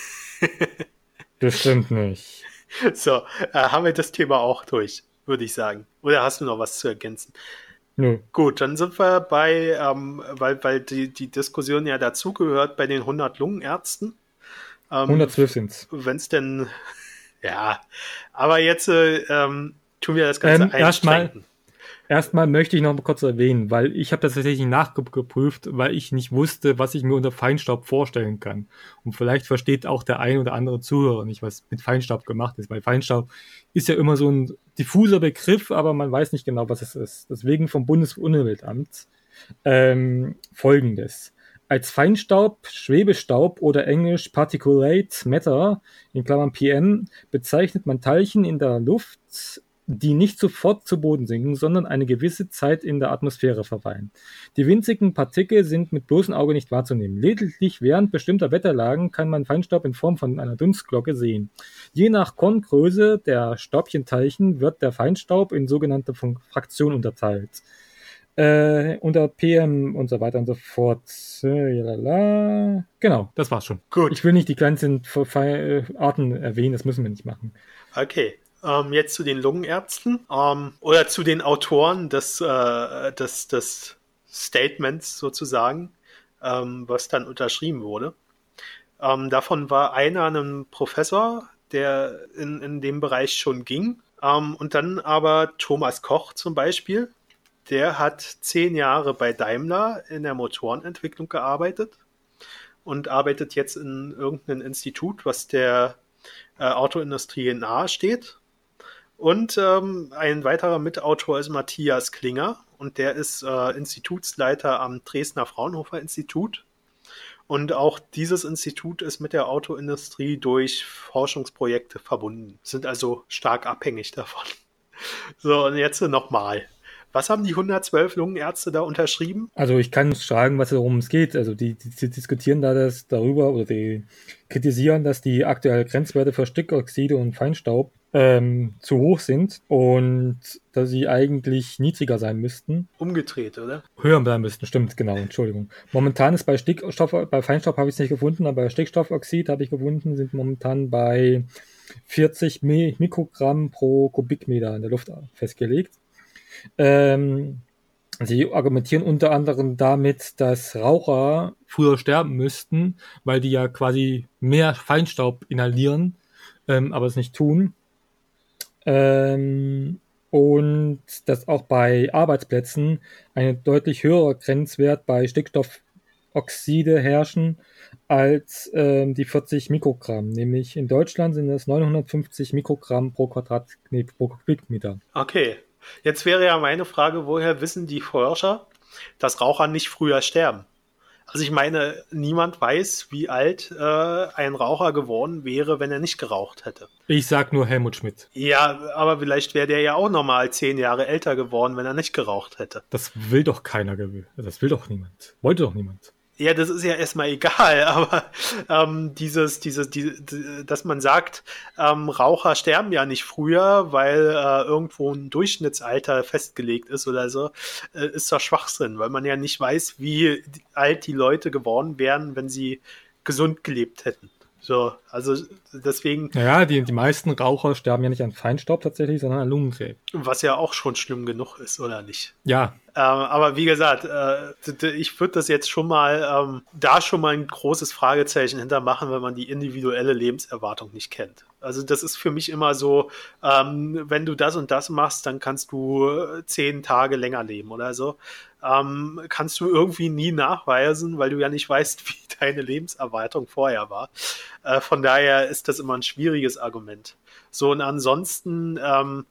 Das stimmt nicht. So, äh, haben wir das Thema auch durch, würde ich sagen. Oder hast du noch was zu ergänzen? Nö. Gut, dann sind wir bei, ähm, weil, weil die, die Diskussion ja dazugehört, bei den hundert Lungenärzten. Ähm, hundertzwölf sind's. Wenn es denn, ja, aber jetzt äh, ähm, tun wir das Ganze Ähm, erstmal- einschränken. Erstmal möchte ich noch mal kurz erwähnen, weil ich habe das tatsächlich nachgeprüft, weil ich nicht wusste, was ich mir unter Feinstaub vorstellen kann. Und vielleicht versteht auch der ein oder andere Zuhörer nicht, was mit Feinstaub gemacht ist, weil Feinstaub ist ja immer so ein diffuser Begriff, aber man weiß nicht genau, was es ist. Deswegen vom Bundesumweltamt ähm, Folgendes. Als Feinstaub, Schwebestaub oder englisch Particulate Matter, in Klammern P M, bezeichnet man Teilchen in der Luft, die nicht sofort zu Boden sinken, sondern eine gewisse Zeit in der Atmosphäre verweilen. Die winzigen Partikel sind mit bloßem Auge nicht wahrzunehmen. Lediglich während bestimmter Wetterlagen kann man Feinstaub in Form von einer Dunstglocke sehen. Je nach Korngröße der Staubchenteilchen wird der Feinstaub in sogenannte Fraktionen unterteilt. Äh, unter P M und so weiter und so fort. Äh, jalala. Genau, das war's schon. Gut. Ich will nicht die kleinsten Fe- Arten erwähnen, das müssen wir nicht machen. Okay. Ähm, jetzt zu den Lungenärzten ähm, oder zu den Autoren des, äh, des, des Statements sozusagen, ähm, was dann unterschrieben wurde. Ähm, davon war einer ein Professor, der in, in dem Bereich schon ging. Ähm, und dann aber Thomas Koch zum Beispiel, der hat zehn Jahre bei Daimler in der Motorenentwicklung gearbeitet und arbeitet jetzt in irgendeinem Institut, was der äh, Autoindustrie nahe steht. Und ähm, ein weiterer Mitautor ist Matthias Klinger. und der ist äh, Institutsleiter am Dresdner Fraunhofer Institut. Und auch dieses Institut ist mit der Autoindustrie durch Forschungsprojekte verbunden, sind also stark abhängig davon. So, und jetzt nochmal. Was haben die hundertzwölf Lungenärzte da unterschrieben? Also ich kann sagen, was worum es geht. Also die, die, die diskutieren da das darüber oder die kritisieren, dass die aktuellen Grenzwerte für Stickoxide und Feinstaub ähm, zu hoch sind und dass sie eigentlich niedriger sein müssten. Umgedreht, oder? Höher sein müssten, stimmt, genau, Entschuldigung. Momentan ist bei Stickstoff, bei Feinstaub habe ich es nicht gefunden, aber bei Stickstoffoxid habe ich gefunden, sind momentan bei vierzig Mikrogramm pro Kubikmeter in der Luft festgelegt. Ähm, sie argumentieren unter anderem damit, dass Raucher früher sterben müssten, weil die ja quasi mehr Feinstaub inhalieren, ähm, aber es nicht tun. Ähm, und dass auch bei Arbeitsplätzen ein deutlich höherer Grenzwert bei Stickstoffoxide herrschen als ähm, die vierzig Mikrogramm. Nämlich in Deutschland sind das neunhundertfünfzig Mikrogramm pro Quadrat, nee, pro Kubikmeter. Okay. Jetzt wäre ja meine Frage, woher wissen die Forscher, dass Raucher nicht früher sterben? Also ich meine, niemand weiß, wie alt äh, ein Raucher geworden wäre, wenn er nicht geraucht hätte. Ich sag nur Helmut Schmidt. Ja, aber vielleicht wäre der ja auch nochmal zehn Jahre älter geworden, wenn er nicht geraucht hätte. Das will doch keiner, das will doch niemand. Wollte doch niemand. Ja, das ist ja erstmal egal, aber ähm, dieses, dieses, die, die, dass man sagt, ähm, Raucher sterben ja nicht früher, weil äh, irgendwo ein Durchschnittsalter festgelegt ist oder so, äh, ist doch Schwachsinn, weil man ja nicht weiß, wie alt die Leute geworden wären, wenn sie gesund gelebt hätten. So, also deswegen. Naja, die, die meisten Raucher sterben ja nicht an Feinstaub tatsächlich, sondern an Lungenkrebs. Was ja auch schon schlimm genug ist, oder nicht? Ja. Ähm, aber wie gesagt, äh, ich würde das jetzt schon mal, ähm, da schon mal ein großes Fragezeichen hintermachen, wenn man die individuelle Lebenserwartung nicht kennt. Also das ist für mich immer so, ähm, wenn du das und das machst, dann kannst du zehn Tage länger leben oder so. Ähm, kannst du irgendwie nie nachweisen, weil du ja nicht weißt, wie deine Lebenserwartung vorher war. Äh, von daher ist das immer ein schwieriges Argument. So, und ansonsten ähm,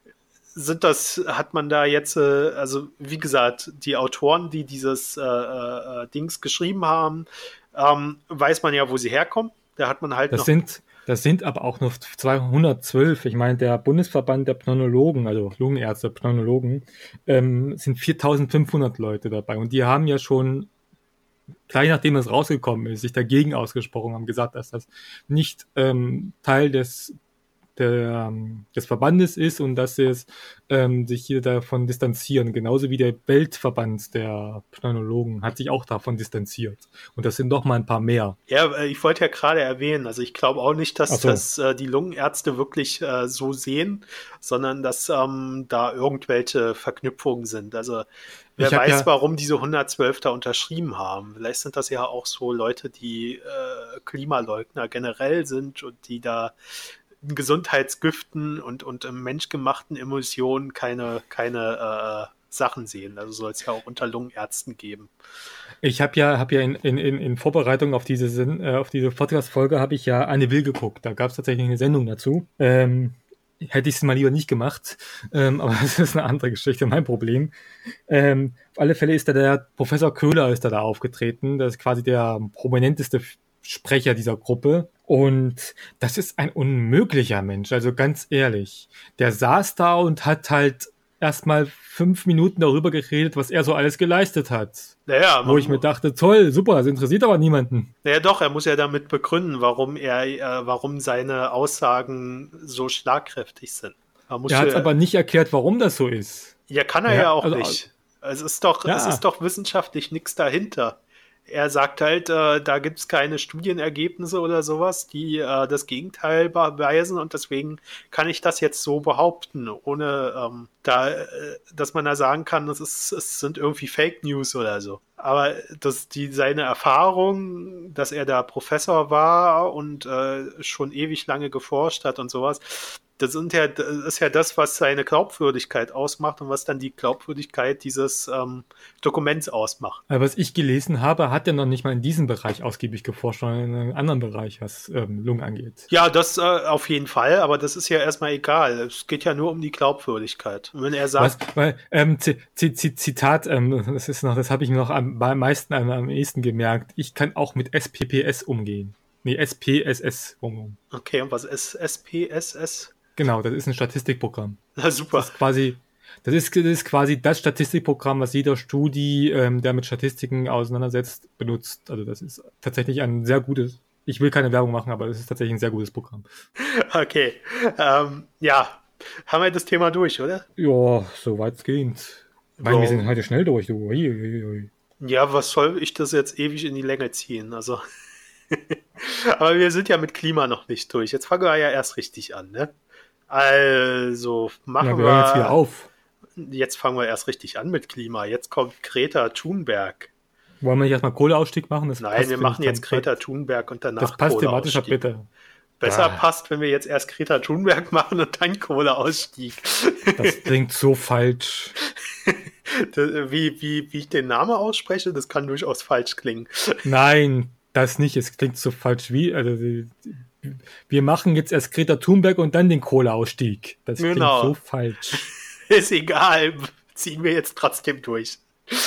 sind das, hat man da jetzt, äh, also wie gesagt, die Autoren, die dieses äh, äh, Dings geschrieben haben, ähm, weiß man ja, wo sie herkommen. Da hat man halt das noch... Sind, das sind aber auch nur zweihundertzwölf. Ich meine, der Bundesverband der Pneumologen, also Lungenärzte, Pneumologen, ähm, sind viertausendfünfhundert Leute dabei. Und die haben ja schon, gleich nachdem es rausgekommen ist, sich dagegen ausgesprochen, haben gesagt, dass das nicht ähm, Teil des Der, des Verbandes ist und dass sie es ähm, sich hier davon distanzieren. Genauso wie der Weltverband der Pneumologen hat sich auch davon distanziert. Und das sind doch mal ein paar mehr. Ja, ich wollte ja gerade erwähnen, also ich glaube auch nicht, dass so. das äh, die Lungenärzte wirklich äh, so sehen, sondern dass ähm, da irgendwelche Verknüpfungen sind. Also wer weiß, ja, warum diese hundertzwölf da unterschrieben haben. Vielleicht sind das ja auch so Leute, die äh, Klimaleugner generell sind und die da in Gesundheitsgiften und, und im menschgemachten Emulsionen keine, keine äh, Sachen sehen. Also soll es ja auch unter Lungenärzten geben. Ich habe ja, hab ja in, in, in Vorbereitung auf diese, äh, auf diese Podcast-Folge habe ich ja Anne Will geguckt. Da gab es tatsächlich eine Sendung dazu. Ähm, hätte ich es mal lieber nicht gemacht, ähm, aber das ist eine andere Geschichte, mein Problem. Ähm, auf alle Fälle ist da der Professor Köhler ist da, da aufgetreten. Das ist quasi der prominenteste Sprecher dieser Gruppe. Und das ist ein unmöglicher Mensch, also ganz ehrlich. Der saß da und hat halt erstmal fünf Minuten darüber geredet, was er so alles geleistet hat. Naja, wo ich mir dachte, toll, super, das interessiert aber niemanden. Naja doch, er muss ja damit begründen, warum er, äh, warum seine Aussagen so schlagkräftig sind. Er, er hat ja, aber nicht erklärt, warum das so ist. Ja, kann er ja, ja auch also, nicht. Es ist doch, ja. es ist doch wissenschaftlich nichts dahinter. Er sagt halt, äh, da gibt es keine Studienergebnisse oder sowas, die äh, das Gegenteil beweisen und deswegen kann ich das jetzt so behaupten, ohne ähm, da, äh, dass man da sagen kann, das ist, es sind irgendwie Fake News oder so. Aber das, die, seine Erfahrung, dass er da Professor war und äh, schon ewig lange geforscht hat und sowas, das, sind ja, das ist ja das, was seine Glaubwürdigkeit ausmacht und was dann die Glaubwürdigkeit dieses ähm, Dokuments ausmacht. Aber was ich gelesen habe, hat er noch nicht mal in diesem Bereich ausgiebig geforscht, sondern in einem anderen Bereich, was ähm, Lungen angeht. Ja, das äh, auf jeden Fall, aber das ist ja erstmal egal. Es geht ja nur um die Glaubwürdigkeit. wenn er sagt... Was, weil, ähm, Z- Z- Z- Zitat, ähm, das ist noch, das habe ich mir noch am, am meisten, am, am ehesten gemerkt. Ich kann auch mit S P P S umgehen. Nee, S P S S umgehen. Okay, und was ist S P S S? Genau, das ist ein Statistikprogramm. Na super. Das ist quasi, das ist, das ist quasi das Statistikprogramm, was jeder Studi, ähm, der mit Statistiken auseinandersetzt, benutzt. Also das ist tatsächlich ein sehr gutes, ich will keine Werbung machen, aber es ist tatsächlich ein sehr gutes Programm. Okay, ähm, ja, haben wir das Thema durch, oder? Ja, so weitgehend. Ich meine, Ja. wir sind heute schnell durch, du. Ui, ui, ui. Ja, was soll ich das jetzt ewig in die Länge ziehen? Also, aber wir sind ja mit Klima noch nicht durch. Jetzt fangen wir ja erst richtig an, ne? Also, machen Ja, wir wir... hören jetzt wieder auf. Jetzt fangen wir erst richtig an mit Klima. Jetzt kommt Greta Thunberg. Wollen wir nicht erstmal Kohleausstieg machen? Das Nein, passt, wir finde machen ich, jetzt dann- Greta Thunberg und danach Das passt thematischer Kohleausstieg. bitte. Besser Ah. passt, wenn wir jetzt erst Greta Thunberg machen und dann Kohleausstieg. Das klingt so falsch. wie, wie, wie ich den Namen ausspreche, das kann durchaus falsch klingen. Nein, das nicht. Es klingt so falsch wie. Also, die- die- wir machen jetzt erst Greta Thunberg und dann den Kohleausstieg. Das klingt Genau. so falsch. Ist egal, ziehen wir jetzt trotzdem durch.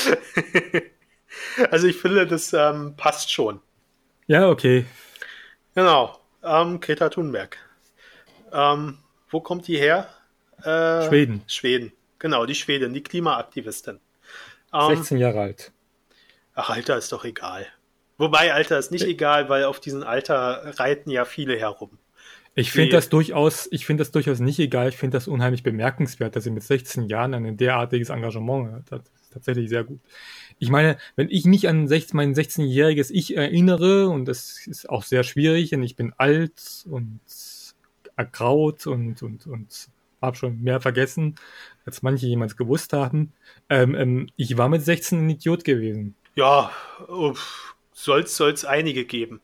Also ich finde, das ähm, passt schon. Ja, okay. Genau, ähm, Greta Thunberg. Ähm, wo kommt die her? Äh, Schweden. Schweden, genau, die Schwedin, die Klimaaktivistin. Ähm, sechzehn Jahre alt. ach, Alter ist doch egal. Wobei, Alter ist nicht egal, weil auf diesem Alter reiten ja viele herum. Ich finde die- das durchaus, ich finde das durchaus nicht egal. Ich finde das unheimlich bemerkenswert, dass sie mit sechzehn Jahren ein derartiges Engagement hat. Das ist tatsächlich sehr gut. Ich meine, wenn ich mich an sechzehn, mein sechzehnjähriges Ich erinnere, und das ist auch sehr schwierig, denn ich bin alt und ergraut und, und, und habe schon mehr vergessen, als manche jemals gewusst haben. Ähm, ähm, ich war mit sechzehn ein Idiot gewesen. Ja, uff, soll's, soll's einige geben.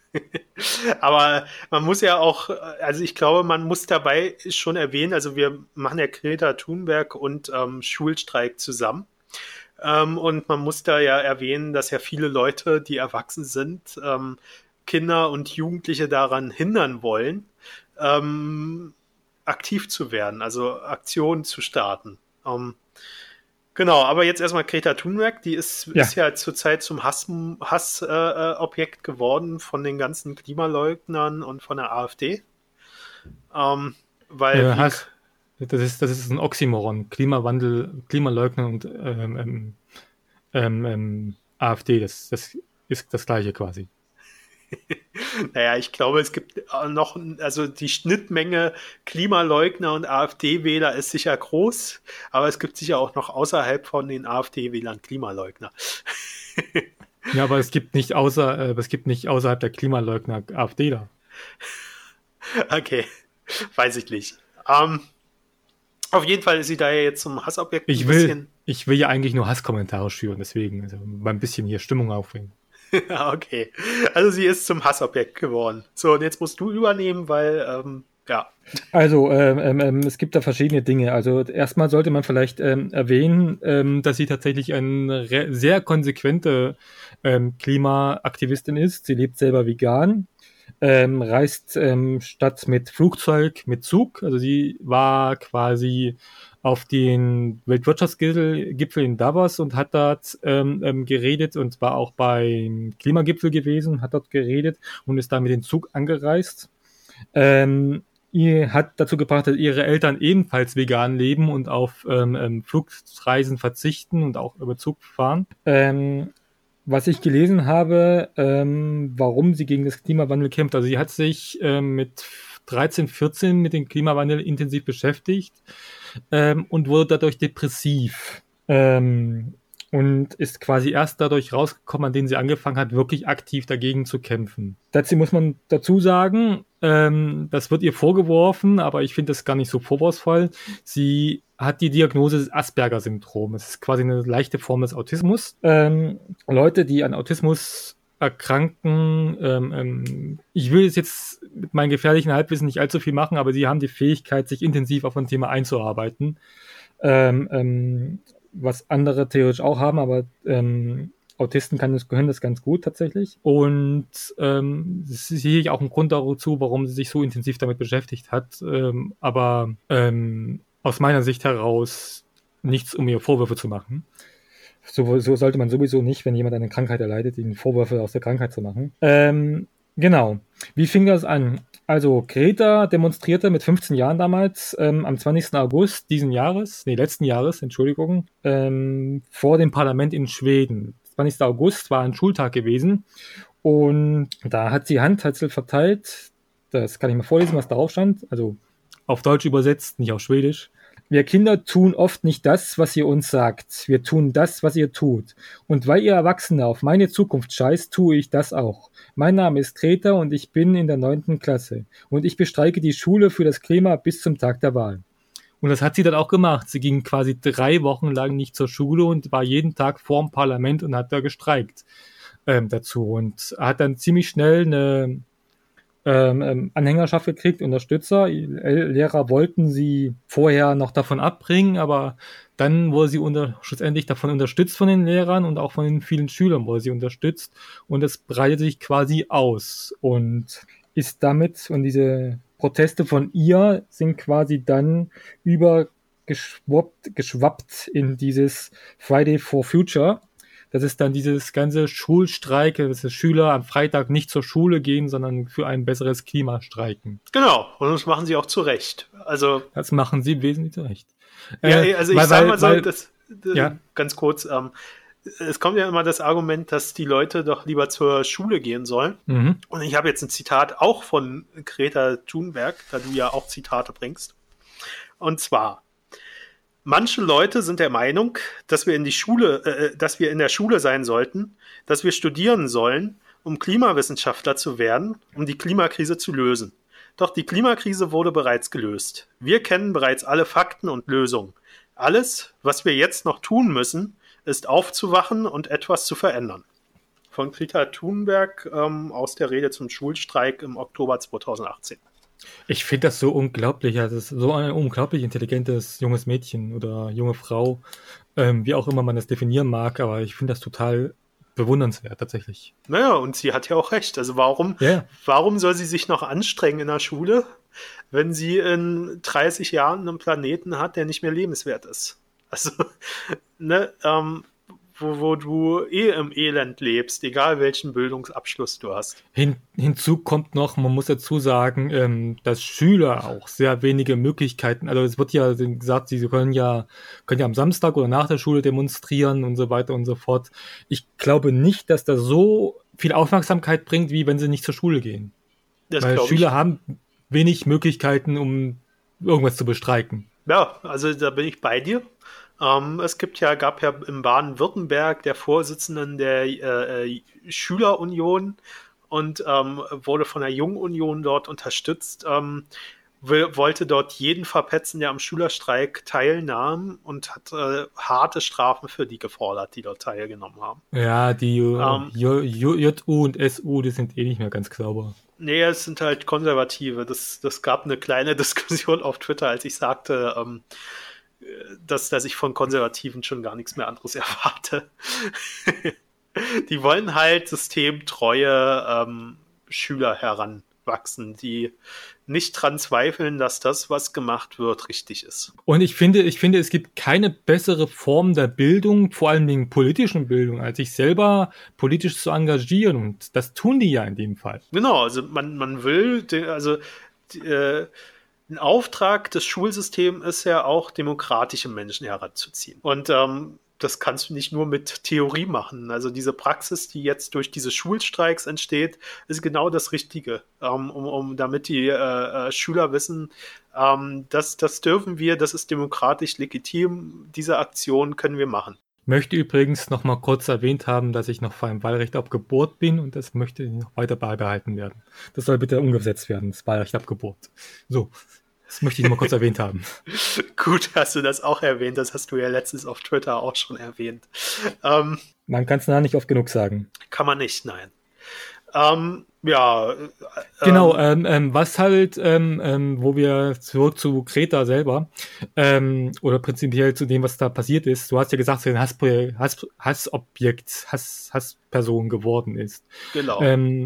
Aber man muss ja auch, also ich glaube, man muss dabei schon erwähnen, also wir machen ja Greta Thunberg und ähm, Schulstreik zusammen. Ähm, und man muss da ja erwähnen, dass ja viele Leute, die erwachsen sind, ähm, Kinder und Jugendliche daran hindern wollen, ähm, aktiv zu werden, also Aktionen zu starten. Ähm, genau, aber jetzt erstmal Greta Thunberg, die ist ja, Ja. ist ja zurzeit zum Hassobjekt Hass, äh, Objekt geworden von den ganzen Klimaleugnern und von der AfD. Ähm, weil Äh, wie- Hass, das ist, das ist ein Oxymoron. Klimawandel, Klimaleugner und ähm, ähm, ähm, ähm, AfD, das, das ist das Gleiche quasi. Naja, ich glaube, es gibt noch, also die Schnittmenge Klimaleugner und AfD-Wähler ist sicher groß, aber es gibt sicher auch noch außerhalb von den AfD-Wählern Klimaleugner. Ja, aber es gibt nicht außer, äh, es gibt nicht außerhalb der Klimaleugner AfDler. Okay, weiß ich nicht. Ähm, auf jeden Fall ist sie da ja jetzt zum Hassobjekt Ich ein will, bisschen. ich will ja eigentlich nur Hasskommentare schüren, deswegen also mal ein bisschen hier Stimmung aufbringen. Okay, also sie ist zum Hassobjekt geworden. So, und jetzt musst du übernehmen, weil, ähm, ja. Also, ähm, ähm, ähm, es gibt da verschiedene Dinge. Also erstmal sollte man vielleicht ähm, erwähnen, ähm, dass sie tatsächlich eine re- sehr konsequente ähm, Klimaaktivistin ist. Sie lebt selber vegan, ähm, reist ähm, statt mit Flugzeug mit Zug. Also sie war quasi auf den Weltwirtschaftsgipfel Gipfel in Davos und hat dort ähm, ähm, geredet und war auch beim Klimagipfel gewesen, hat dort geredet und ist da mit dem Zug angereist. Ähm, ihr hat dazu gebracht, dass ihre Eltern ebenfalls vegan leben und auf ähm, ähm, Flugreisen verzichten und auch über Zug fahren. Ähm, was ich gelesen habe, ähm, warum sie gegen das Klimawandel kämpft. Also sie hat sich ähm, mit dreizehn, vierzehn mit dem Klimawandel intensiv beschäftigt ähm, und wurde dadurch depressiv. Ähm, und ist quasi erst dadurch rausgekommen, an denen sie angefangen hat, wirklich aktiv dagegen zu kämpfen. Dazu muss man dazu sagen, ähm, das wird ihr vorgeworfen, aber ich finde das gar nicht so vorwurfsvoll. Sie hat die Diagnose des Asperger-Syndrom. Es ist quasi eine leichte Form des Autismus. Ähm, Leute, die an Autismus erkranken, ähm, ähm, ich will es jetzt mit meinem gefährlichen Halbwissen nicht allzu viel machen, aber sie haben die Fähigkeit, sich intensiv auf ein Thema einzuarbeiten. Ähm, ähm, was andere theoretisch auch haben, aber ähm, Autisten kann das, können das ganz gut tatsächlich. Und ähm, das ist sicherlich auch ein Grund dazu, warum sie sich so intensiv damit beschäftigt hat. Ähm, aber ähm, aus meiner Sicht heraus nichts, um ihr Vorwürfe zu machen. So, so sollte man sowieso nicht, wenn jemand eine Krankheit erleidet, ihnen Vorwürfe aus der Krankheit zu machen. Ähm, genau. Wie fing das an? Also Greta demonstrierte mit fünfzehn Jahren damals ähm, am zwanzigsten August diesen Jahres, nee, letzten Jahres, Entschuldigung, ähm, vor dem Parlament in Schweden. zwanzigsten August war ein Schultag gewesen und da hat sie Handzettel verteilt. Das kann ich mal vorlesen, was darauf stand. Also auf Deutsch übersetzt, nicht auf Schwedisch. Wir Kinder tun oft nicht das, was ihr uns sagt. Wir tun das, was ihr tut. Und weil ihr Erwachsene auf meine Zukunft scheißt, tue ich das auch. Mein Name ist Greta und ich bin in der neunten Klasse. Und ich bestreike die Schule für das Klima bis zum Tag der Wahl. Und das hat sie dann auch gemacht. Sie ging quasi drei Wochen lang nicht zur Schule und war jeden Tag vorm Parlament und hat da gestreikt ähm, dazu. Und hat dann ziemlich schnell eine Ähm, Anhängerschaft gekriegt, Unterstützer. Lehrer wollten sie vorher noch davon abbringen, aber dann wurde sie unter, schlussendlich davon unterstützt von den Lehrern und auch von den vielen Schülern wurde sie unterstützt und es breitet sich quasi aus und ist damit, und diese Proteste von ihr sind quasi dann übergeschwappt geschwappt in dieses Friday for Future. Das ist dann dieses ganze Schulstreik, dass die Schüler am Freitag nicht zur Schule gehen, sondern für ein besseres Klima streiken. Genau, und das machen sie auch zu Recht. Also, das machen sie wesentlich zu Recht. Ja, äh, also ich weil, sag mal so, weil, das, das, ja. ganz kurz, ähm, es kommt ja immer das Argument, dass die Leute doch lieber zur Schule gehen sollen. Mhm. Und ich habe jetzt ein Zitat auch von Greta Thunberg, da du ja auch Zitate bringst. Und zwar: Manche Leute sind der Meinung, dass wir in die Schule, äh, dass wir in der Schule sein sollten, dass wir studieren sollen, um Klimawissenschaftler zu werden, um die Klimakrise zu lösen. Doch die Klimakrise wurde bereits gelöst. Wir kennen bereits alle Fakten und Lösungen. Alles, was wir jetzt noch tun müssen, ist aufzuwachen und etwas zu verändern. Von Greta Thunberg ähm, aus der Rede zum Schulstreik im Oktober zweitausendachtzehn. Ich finde das so unglaublich. Das ist so ein unglaublich intelligentes junges Mädchen oder junge Frau, ähm, wie auch immer man das definieren mag, aber ich finde das total bewundernswert, tatsächlich. Naja, und sie hat ja auch recht. Also warum, yeah. warum soll sie sich noch anstrengen in der Schule, wenn sie in dreißig Jahren einen Planeten hat, der nicht mehr lebenswert ist? Also, ne, ähm, Wo, wo du eh im Elend lebst, egal welchen Bildungsabschluss du hast. Hin, hinzu kommt noch, man muss dazu sagen, ähm, dass Schüler auch sehr wenige Möglichkeiten, also es wird ja gesagt, sie können ja, können ja am Samstag oder nach der Schule demonstrieren und so weiter und so fort. Ich glaube nicht, dass das so viel Aufmerksamkeit bringt, wie wenn sie nicht zur Schule gehen. Das Weil Schüler ich. haben wenig Möglichkeiten, um irgendwas zu bestreiken. Ja, also da bin ich bei dir. Um, es gibt ja, gab ja im Baden-Württemberg der Vorsitzenden der äh, Schülerunion und ähm, wurde von der Jungunion dort unterstützt, ähm, will, wollte dort jeden verpetzen, der am Schülerstreik teilnahm und hat äh, harte Strafen für die gefordert, die dort teilgenommen haben. Ja, die ähm, J U und S U, die sind eh nicht mehr ganz sauber. Nee, es sind halt Konservative. Das, das gab eine kleine Diskussion auf Twitter, als ich sagte, ähm, Dass, dass ich von Konservativen schon gar nichts mehr anderes erwarte. Die wollen halt systemtreue ähm, Schüler heranwachsen, die nicht dran zweifeln, dass das, was gemacht wird, richtig ist. Und ich finde, ich finde, es gibt keine bessere Form der Bildung, vor allem wegen politischen Bildung, als sich selber politisch zu engagieren. Und das tun die ja in dem Fall. Genau, also man, man will, also die, äh, ein Auftrag des Schulsystems ist ja auch, demokratische Menschen heranzuziehen. Und ähm, das kannst du nicht nur mit Theorie machen. Also diese Praxis, die jetzt durch diese Schulstreiks entsteht, ist genau das Richtige, ähm, um, um damit die äh, Schüler wissen, ähm, das, das dürfen wir, das ist demokratisch legitim, diese Aktion können wir machen. Ich möchte übrigens noch mal kurz erwähnt haben, dass ich noch vor einem Wahlrecht ab Geburt bin und das möchte noch weiter beibehalten werden. Das soll bitte umgesetzt werden, das Wahlrecht ab Geburt. So, das möchte ich noch mal kurz erwähnt haben. Gut, hast du das auch erwähnt, das hast du ja letztens auf Twitter auch schon erwähnt. Ähm, man kann es nah nicht oft genug sagen. Kann man nicht, nein. Ähm, ja. Ähm, genau, ähm, ähm, was halt, ähm, ähm, wo wir zurück zu Greta selber, ähm, oder prinzipiell zu dem, was da passiert ist. Du hast ja gesagt, dass sie ein Hassprojekt, Hass, Hassobjekt, Hass, Hassperson geworden ist. Genau. Ähm,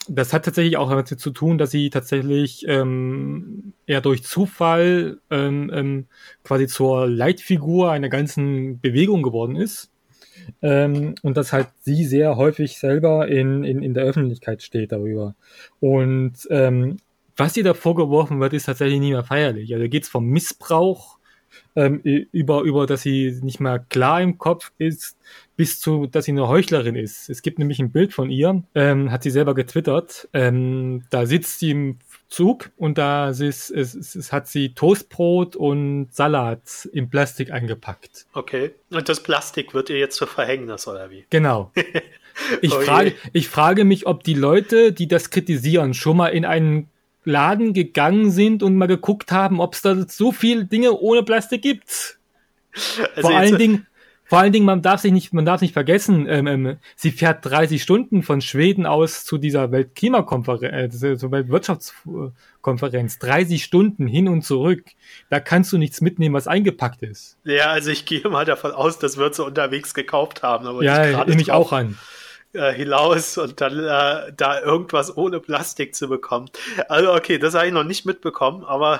das hat tatsächlich auch damit zu tun, dass sie tatsächlich ähm, eher durch Zufall ähm, ähm, quasi zur Leitfigur einer ganzen Bewegung geworden ist. Ähm, und dass halt sie sehr häufig selber in, in, in der Öffentlichkeit steht darüber. Und ähm, was ihr da vorgeworfen wird, ist tatsächlich nicht mehr feierlich. Also geht es vom Missbrauch ähm, über, über, dass sie nicht mehr klar im Kopf ist, bis zu, dass sie eine Heuchlerin ist. Es gibt nämlich ein Bild von ihr, ähm, hat sie selber getwittert. Ähm, da sitzt sie im Zug und da ist, es, es, es hat sie Toastbrot und Salat in Plastik eingepackt. Okay. Und das Plastik wird ihr jetzt zu Verhängnis, oder wie? Genau. Ich, Oh je. frage, ich frage mich, ob die Leute, die das kritisieren, schon mal in einen Laden gegangen sind und mal geguckt haben, ob es da so viele Dinge ohne Plastik gibt. Also Vor jetzt- allen Dingen, vor allen Dingen, man darf sich nicht, man darf nicht vergessen, ähm, ähm, sie fährt dreißig Stunden von Schweden aus zu dieser Weltklimakonferenz, äh, zur Weltwirtschaftskonferenz, dreißig Stunden hin und zurück. Da kannst du nichts mitnehmen, was eingepackt ist. Ja, also ich gehe mal davon aus, das wird sie unterwegs gekauft haben, aber Ja, nicht gerade nehme ich drauf, auch an. äh, hinaus und dann äh, da irgendwas ohne Plastik zu bekommen. Also okay, das habe ich noch nicht mitbekommen, aber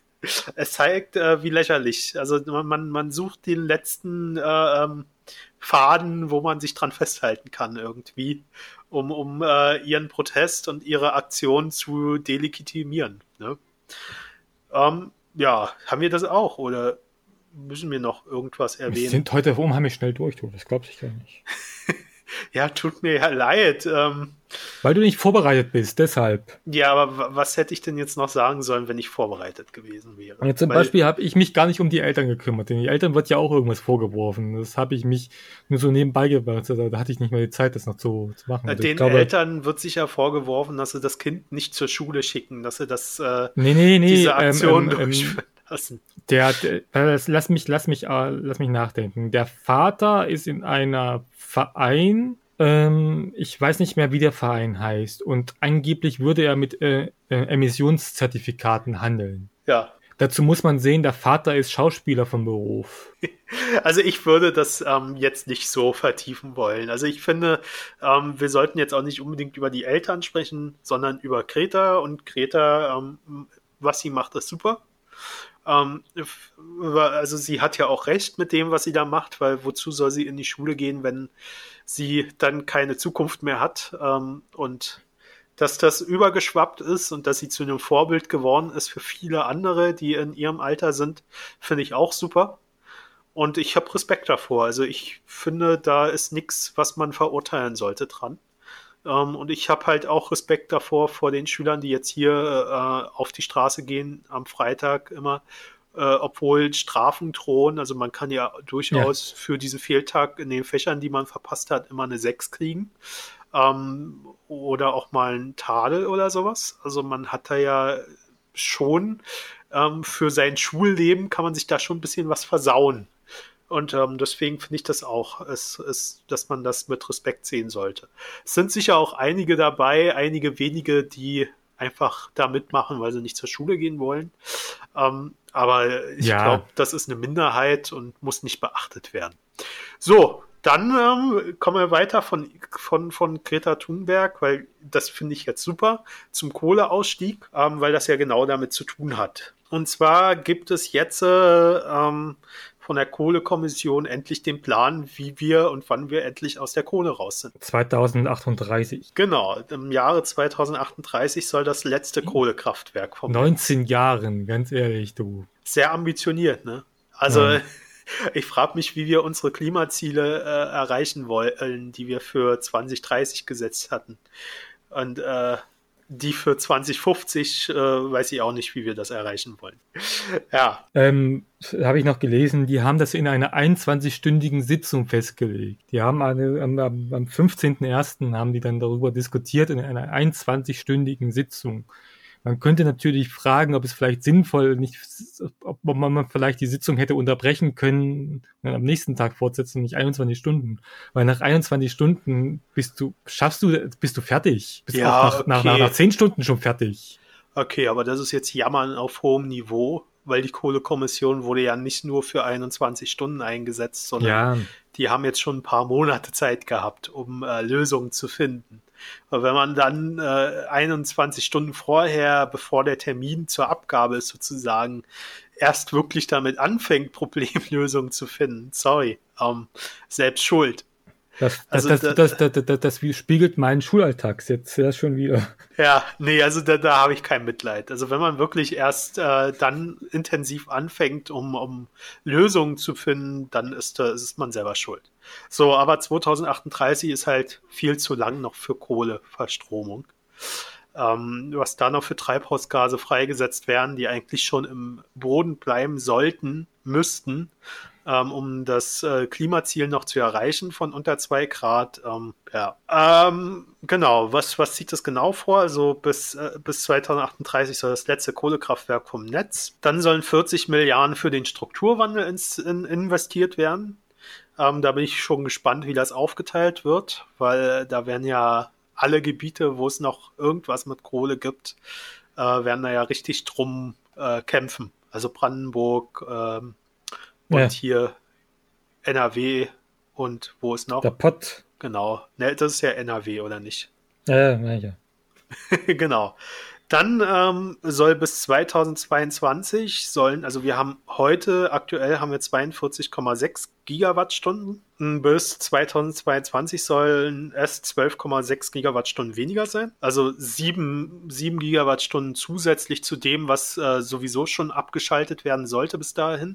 es zeigt, äh, wie lächerlich. Also man, man, man sucht den letzten äh, ähm, Faden, wo man sich dran festhalten kann irgendwie, um, um äh, ihren Protest und ihre Aktion zu delegitimieren. Ne? Ähm, ja, haben wir das auch oder müssen wir noch irgendwas Wir erwähnen? sind heute unheimlich schnell durch, du. Das glaubst ich gar nicht. Ja, tut mir ja leid. Ähm, Weil du nicht vorbereitet bist, deshalb. ja, aber w- was hätte ich denn jetzt noch sagen sollen, wenn ich vorbereitet gewesen wäre? Und jetzt zum Weil- Beispiel habe ich mich gar nicht um die Eltern gekümmert, denn die Eltern wird ja auch irgendwas vorgeworfen. Das habe ich mich nur so nebenbei gemacht. Also, da hatte ich nicht mehr die Zeit, das noch zu, zu machen. Also Den ich glaube, Eltern wird sicher vorgeworfen, dass sie das Kind nicht zur Schule schicken, dass sie das äh, nee, nee, nee. diese ähm, Aktion ähm, ähm, durchführen lassen. der, der, lass lass mich, lass mich, äh, lass mich nachdenken. Der Vater ist in einer Verein, ähm, ich weiß nicht mehr, wie der Verein heißt. Und angeblich würde er mit äh, äh, Emissionszertifikaten handeln. Ja, Dazu muss man sehen, der Vater ist Schauspieler vom Beruf. also ich würde das ähm, jetzt nicht so vertiefen wollen. Also ich finde, ähm, wir sollten jetzt auch nicht unbedingt über die Eltern sprechen, sondern über Greta. Und Greta, ähm, was sie macht, ist super. Ähm, f- also sie hat ja auch recht mit dem, was sie da macht, weil wozu soll sie in die Schule gehen, wenn sie dann keine Zukunft mehr hat? Ähm, und dass das übergeschwappt ist und dass sie zu einem Vorbild geworden ist für viele andere, die in ihrem Alter sind, finde ich auch super. Und ich habe Respekt davor. Also ich finde, da ist nichts, was man verurteilen sollte dran. Ähm, und ich habe halt auch Respekt davor vor den Schülern, die jetzt hier äh, auf die Straße gehen am Freitag immer, äh, obwohl Strafen drohen. Also man kann ja durchaus für diesen Fehltag in den Fächern, die man verpasst hat, immer eine sechs kriegen. Ähm, oder auch mal ein Tadel oder sowas. Also man hat da ja schon ähm, für sein Schulleben kann man sich da schon ein bisschen was versauen. Und ähm, deswegen finde ich das auch, es, es, dass man das mit Respekt sehen sollte. Es sind sicher auch einige dabei, einige wenige, die einfach da mitmachen, weil sie nicht zur Schule gehen wollen. Ähm, aber ich Ja. glaube, das ist eine Minderheit und muss nicht beachtet werden. So, dann ähm, kommen wir weiter von, von, von Greta Thunberg, weil das finde ich jetzt super, zum Kohleausstieg, ähm, weil das ja genau damit zu tun hat. Und zwar gibt es jetzt äh, ähm, von der Kohlekommission endlich den Plan, wie wir und wann wir endlich aus der Kohle raus sind. zweitausendachtunddreißig. Genau, im Jahre zweitausendachtunddreißig soll das letzte Kohlekraftwerk vom neunzehn Jahren, ganz ehrlich, du. Sehr ambitioniert, ne? Also Ja. ich frage mich, wie wir unsere Klimaziele äh, erreichen wollen, die wir für zwanzig dreißig gesetzt hatten. Und äh, die für zwanzig fünfzig äh, weiß ich auch nicht, wie wir das erreichen wollen. Ja, Ähm, habe ich noch gelesen, die haben das in einer einundzwanzig-stündigen Sitzung festgelegt. Die haben eine, am, am am fünfzehnten ersten haben die dann darüber diskutiert in einer einundzwanzig-stündigen Sitzung. Man könnte natürlich fragen, ob es vielleicht sinnvoll nicht, ob man vielleicht die Sitzung hätte unterbrechen können und dann am nächsten Tag fortsetzen, nicht einundzwanzig Stunden. Weil nach einundzwanzig Stunden bist du, schaffst du, bist du fertig. Bist Ja, auch nach, nach, nach, okay. nach zehn Stunden schon fertig. okay, aber das ist jetzt Jammern auf hohem Niveau, weil die Kohlekommission wurde ja nicht nur für einundzwanzig Stunden eingesetzt, sondern Ja, die haben jetzt schon ein paar Monate Zeit gehabt, um äh, Lösungen zu finden. Weil wenn man dann äh, einundzwanzig Stunden vorher, bevor der Termin zur Abgabe ist sozusagen, erst wirklich damit anfängt, Problemlösungen zu finden, sorry, ähm, selbst schuld. Das, das, Also das, da- das, das, das, das, das spiegelt meinen Schulalltag jetzt sehr schon wieder. Ja, nee, also da, da habe ich kein Mitleid. Also wenn man wirklich erst äh, dann intensiv anfängt, um, um Lösungen zu finden, dann ist, äh, ist man selber schuld. So, aber zweitausendachtunddreißig ist halt viel zu lang noch für Kohleverstromung. Ähm, was da noch für Treibhausgase freigesetzt werden, die eigentlich schon im Boden bleiben sollten, müssten, ähm, um das äh, Klimaziel noch zu erreichen von unter zwei Grad. Ähm, ja. Ähm, genau, was, was sieht das genau vor? Also bis, äh, bis zweitausendachtunddreißig soll das letzte Kohlekraftwerk vom Netz. Dann sollen vierzig Milliarden für den Strukturwandel ins, in, investiert werden. Ähm, da bin ich schon gespannt, wie das aufgeteilt wird, weil da werden ja alle Gebiete, wo es noch irgendwas mit Kohle gibt, äh, werden da ja richtig drum äh, kämpfen. Also Brandenburg, ähm, und Ja, hier N R W und wo ist noch? der Pott. Genau. Ne, das ist ja N R W, oder nicht? Ja, ja, ja. Genau. Dann ähm, soll bis zweitausendzweiundzwanzig sollen, also wir haben heute, aktuell haben wir zweiundvierzig Komma sechs Gigawattstunden. Bis zweitausendzweiundzwanzig sollen es zwölf Komma sechs Gigawattstunden weniger sein. Also sieben, sieben Gigawattstunden zusätzlich zu dem, was äh, sowieso schon abgeschaltet werden sollte bis dahin.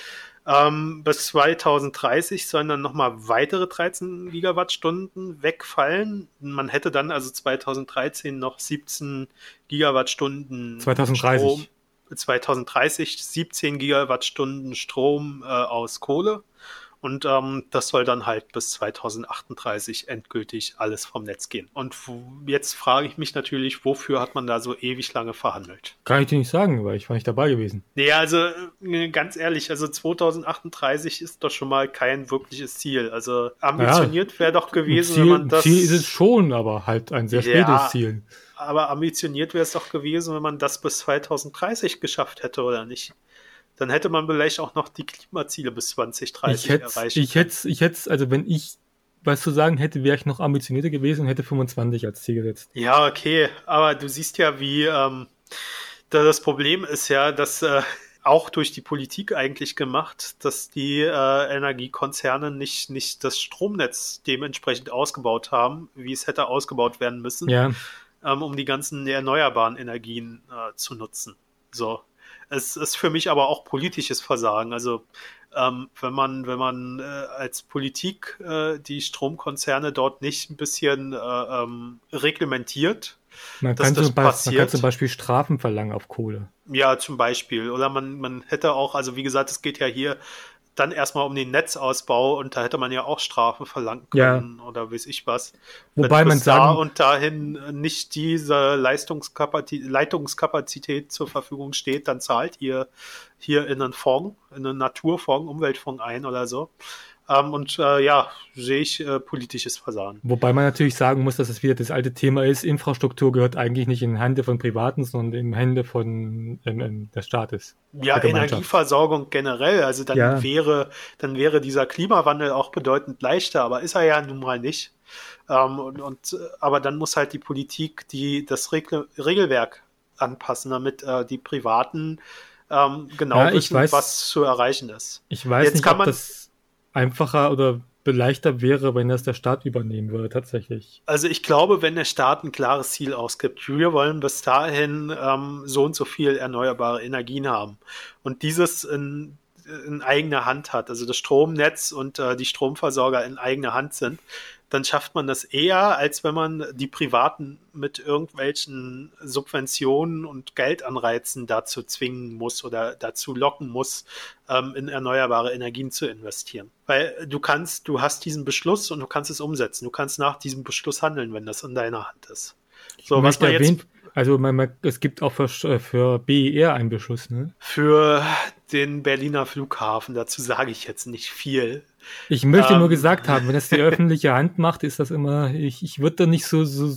Ähm, bis zweitausenddreißig sollen dann nochmal weitere dreizehn Gigawattstunden wegfallen. Man hätte dann also zweitausenddreizehn noch siebzehn Gigawattstunden zweitausenddreißig. Strom, zweitausenddreißig siebzehn Gigawattstunden Strom äh, aus Kohle. Und ähm, das soll dann halt bis zweitausendachtunddreißig endgültig alles vom Netz gehen. Und wo, jetzt frage ich mich natürlich, wofür hat man da so ewig lange verhandelt? Kann ich dir nicht sagen, weil ich war nicht dabei gewesen. Nee, also äh, ganz ehrlich, also zweitausendachtunddreißig ist doch schon mal kein wirkliches Ziel. Also ambitioniert wäre doch gewesen, Ziel, wenn man das... Ziel ist es schon, aber halt ein sehr spätes Ja, Ziel. aber ambitioniert wäre es doch gewesen, wenn man das bis zweitausenddreißig geschafft hätte, oder nicht? Dann hätte man vielleicht auch noch die Klimaziele bis zweitausenddreißig Ich hätte, erreichen ich hätte, ich hätte, also wenn ich was zu sagen hätte, wäre ich noch ambitionierter gewesen und hätte fünfundzwanzig als Ziel gesetzt. Ja, okay, aber du siehst ja, wie ähm, da das Problem ist ja, dass äh, auch durch die Politik eigentlich gemacht, dass die äh, Energiekonzerne nicht, nicht das Stromnetz dementsprechend ausgebaut haben, wie es hätte ausgebaut werden müssen, Ja, ähm, um die ganzen erneuerbaren Energien äh, zu nutzen. So. Es ist für mich aber auch politisches Versagen. Also ähm, wenn man, wenn man äh, als Politik äh, die Stromkonzerne dort nicht ein bisschen äh, ähm, reglementiert, man dass kann, das zum Beispiel, man kann passiert. zum Beispiel Strafen verlangen auf Kohle. Ja, zum Beispiel. Oder man, man hätte auch, also wie gesagt, es geht ja hier dann erstmal um den Netzausbau und da hätte man ja auch Strafen verlangen können oder weiß ich was. Wobei Wenn man bis da sagen, und dahin nicht diese Leistungskapazität, Leitungskapazität zur Verfügung steht, dann zahlt ihr hier in einen Fonds, in einen Naturfonds, Umweltfonds ein oder so. Ähm, und äh, ja, sehe ich äh, politisches Versagen. wobei man natürlich sagen muss, dass es wieder das alte Thema ist, Infrastruktur gehört eigentlich nicht in Hände von Privaten, sondern in Hände von ähm, ähm, des Staates. Ja, der Gemeinschaft. Energieversorgung generell. Also dann Ja. wäre, dann wäre dieser Klimawandel auch bedeutend leichter, aber ist er ja nun mal nicht. Ähm, und, und, aber dann muss halt die Politik die, das Regel, Regelwerk anpassen, damit äh, die Privaten ähm, genau Ja, ich wissen, weiß- was zu erreichen ist. Ich weiß Jetzt nicht, kann ob man- das einfacher oder leichter wäre, wenn das der Staat übernehmen würde, tatsächlich. Also ich glaube, wenn der Staat ein klares Ziel ausgibt, wir wollen bis dahin ähm, so und so viel erneuerbare Energien haben und dieses in, in eigener Hand hat, also das Stromnetz und äh, die Stromversorger in eigener Hand sind, dann schafft man das eher, als wenn man die Privaten mit irgendwelchen Subventionen und Geldanreizen dazu zwingen muss oder dazu locken muss, ähm, in erneuerbare Energien zu investieren. Weil du kannst, du hast diesen Beschluss und du kannst es umsetzen. Du kannst nach diesem Beschluss handeln, wenn das in deiner Hand ist. So, Ich was möchte man jetzt erwähnen, also man, man, es gibt auch für, für B E R einen Beschluss, ne? für den Berliner Flughafen, dazu sage ich jetzt nicht viel. Ich möchte Ähm. nur gesagt haben, wenn das die öffentliche Hand macht, ist das immer, ich, ich würde da nicht so, so,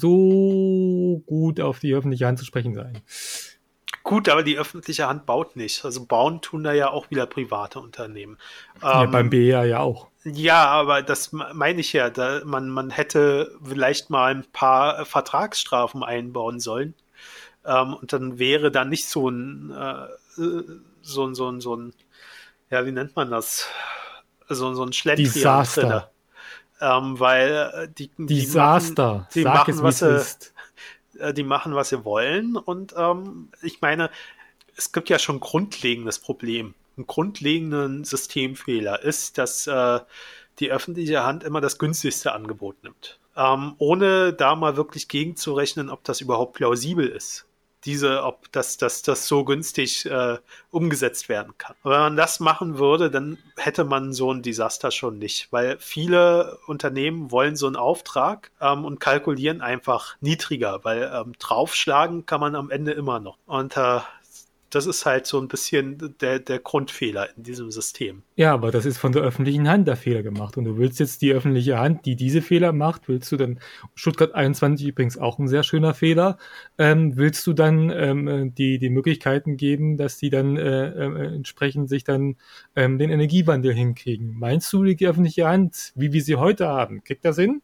so gut auf die öffentliche Hand zu sprechen sein. Gut, aber die öffentliche Hand baut nicht. Also bauen tun da ja auch wieder private Unternehmen. Ja, Ähm, beim B E R ja auch. Ja, aber das meine ich ja. Da man, man hätte vielleicht mal ein paar Vertragsstrafen einbauen sollen. Ähm, und dann wäre da nicht so ein, äh, so ein, so ein, so ein, ja, wie nennt man das? So, so ein Schlendrian drin. Ähm, weil die, die Desaster. machen, die Sag machen es, was wie es sie, ist. die machen, was sie wollen. Und ähm, ich meine, es gibt ja schon ein grundlegendes Problem. Ein grundlegenden Systemfehler ist, dass äh, die öffentliche Hand immer das günstigste Angebot nimmt. Ähm, ohne da mal wirklich gegenzurechnen, ob das überhaupt plausibel ist. Diese, ob das, das, das so günstig äh, umgesetzt werden kann. Und wenn man das machen würde, dann hätte man so ein Desaster schon nicht, weil viele Unternehmen wollen so einen Auftrag ähm, und kalkulieren einfach niedriger, weil ähm, draufschlagen kann man am Ende immer noch. Und äh, das ist halt so ein bisschen der, der Grundfehler in diesem System. Ja, aber das ist von der öffentlichen Hand der Fehler gemacht. Und du willst jetzt die öffentliche Hand, die diese Fehler macht, willst du dann, Stuttgart einundzwanzig übrigens auch ein sehr schöner Fehler, ähm, willst du dann ähm, die, die Möglichkeiten geben, dass die dann äh, äh, entsprechend sich dann ähm, den Energiewandel hinkriegen? Meinst du, die öffentliche Hand, wie wir sie heute haben, kriegt das hin?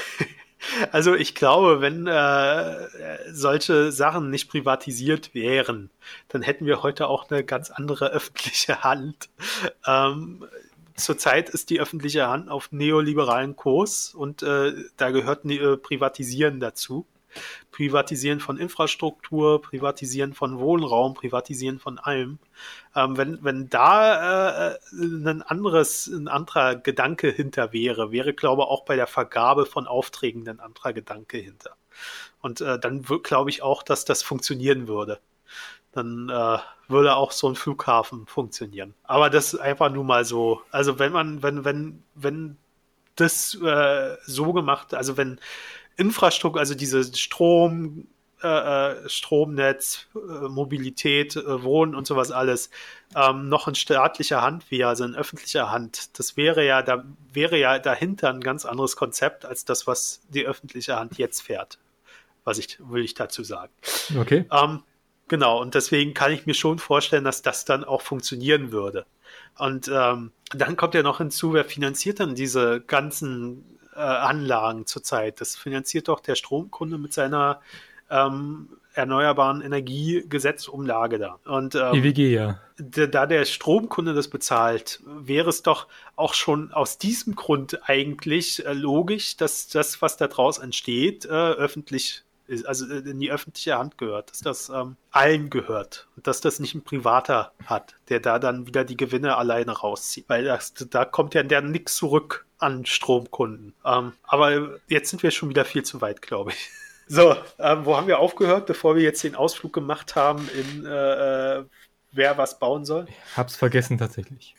Also ich glaube, wenn äh, solche Sachen nicht privatisiert wären, dann hätten wir heute auch eine ganz andere öffentliche Hand. Ähm, zurzeit ist die öffentliche Hand auf neoliberalen Kurs und äh, da gehört ne, Privatisieren dazu. Privatisieren von Infrastruktur, Privatisieren von Wohnraum, Privatisieren von allem. Ähm, wenn, wenn da äh, ein anderes, ein anderer Gedanke hinter wäre, wäre, glaube ich, auch bei der Vergabe von Aufträgen ein anderer Gedanke hinter. Und äh, dann glaube ich auch, dass das funktionieren würde. Dann äh, würde auch so ein Flughafen funktionieren. Aber das ist einfach nur mal so. Also wenn man, wenn, wenn, wenn das äh, so gemacht, also wenn Infrastruktur, also diese Strom, äh, Stromnetz, äh, Mobilität, äh, Wohnen und sowas alles, ähm, noch in staatlicher Hand wäre, also in öffentlicher Hand, das wäre ja, da wäre ja dahinter ein ganz anderes Konzept als das, was die öffentliche Hand jetzt fährt. Was ich, will ich dazu sagen. Okay. Ähm, genau, und deswegen kann ich mir schon vorstellen, dass das dann auch funktionieren würde. Und ähm, dann kommt ja noch hinzu, wer finanziert dann diese ganzen äh, Anlagen zurzeit? Das finanziert doch der Stromkunde mit seiner ähm, erneuerbaren Energiegesetzumlage da. Und ähm, E W G, ja. d- da der Stromkunde das bezahlt, wäre es doch auch schon aus diesem Grund eigentlich äh, logisch, dass das, was da draus entsteht, äh, öffentlich ist, also in die öffentliche Hand gehört, dass das ähm, allen gehört und dass das nicht ein Privater hat, der da dann wieder die Gewinne alleine rauszieht, weil das, da kommt ja dann nichts zurück an Stromkunden. Ähm, aber jetzt sind wir schon wieder viel zu weit, glaube ich. So, ähm, wo haben wir aufgehört, bevor wir jetzt den Ausflug gemacht haben in äh, wer was bauen soll? Hab's vergessen tatsächlich.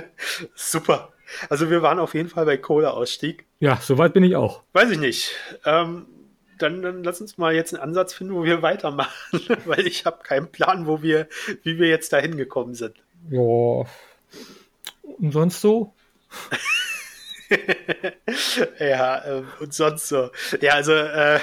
Super. Also wir waren auf jeden Fall bei Kohleausstieg. Ja, soweit bin ich auch. Weiß ich nicht. Ähm, dann, dann lass uns mal jetzt einen Ansatz finden, wo wir weitermachen, weil ich habe keinen Plan, wo wir, wie wir jetzt da hingekommen sind. Ja. Und sonst so? Ja, äh, und sonst so. Ja, also äh,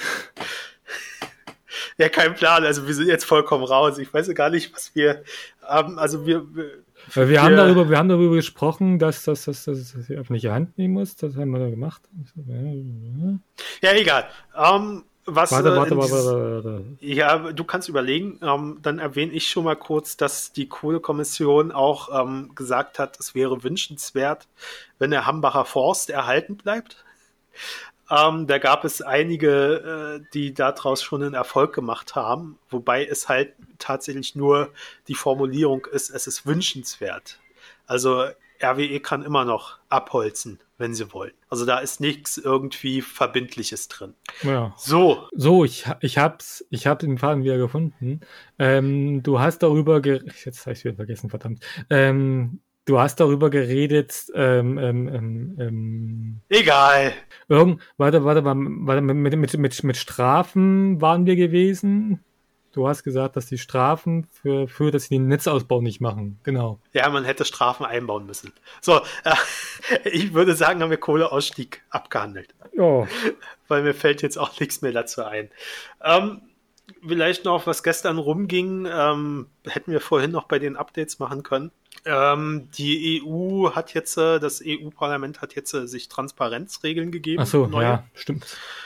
ja, kein Plan. Also wir sind jetzt vollkommen raus. Ich weiß gar nicht, was wir haben. Also wir, wir, wir, wir haben darüber, wir haben darüber gesprochen, dass das, dass, dass, dass die öffentliche Hand nehmen muss. Das haben wir da gemacht. Ja, egal. Um, was, warte, warte, äh, warte, dieses, warte, warte. Ja, du kannst überlegen. Ähm, dann erwähne ich schon mal kurz, dass die Kohlekommission auch ähm, gesagt hat, es wäre wünschenswert, wenn der Hambacher Forst erhalten bleibt. Ähm, da gab es einige, äh, die daraus schon einen Erfolg gemacht haben, wobei es halt tatsächlich nur die Formulierung ist, es ist wünschenswert. Also R W E kann immer noch abholzen, wenn sie wollen. Also da ist nichts irgendwie Verbindliches drin. Ja. So. So, ich, ich hab's, ich hab den Faden wieder gefunden. Ähm, du hast darüber geredet, jetzt habe ich wieder vergessen, verdammt. Ähm, du hast darüber geredet, ähm, ähm, ähm, Egal. Irgend, warte, warte, warte, mit, mit, mit, mit Strafen waren wir gewesen. Du hast gesagt, dass die Strafen für, für dass sie den Netzausbau nicht machen. Genau. Ja, man hätte Strafen einbauen müssen. So, äh, ich würde sagen, haben wir Kohleausstieg abgehandelt. Ja. Weil mir fällt jetzt auch nichts mehr dazu ein. Ähm, vielleicht noch, was gestern rumging, ähm, hätten wir vorhin noch bei den Updates machen können. Ähm, die E U hat jetzt, äh, das E U-Parlament hat jetzt äh, sich Transparenzregeln gegeben. Ach so, neue. ja, stimmt.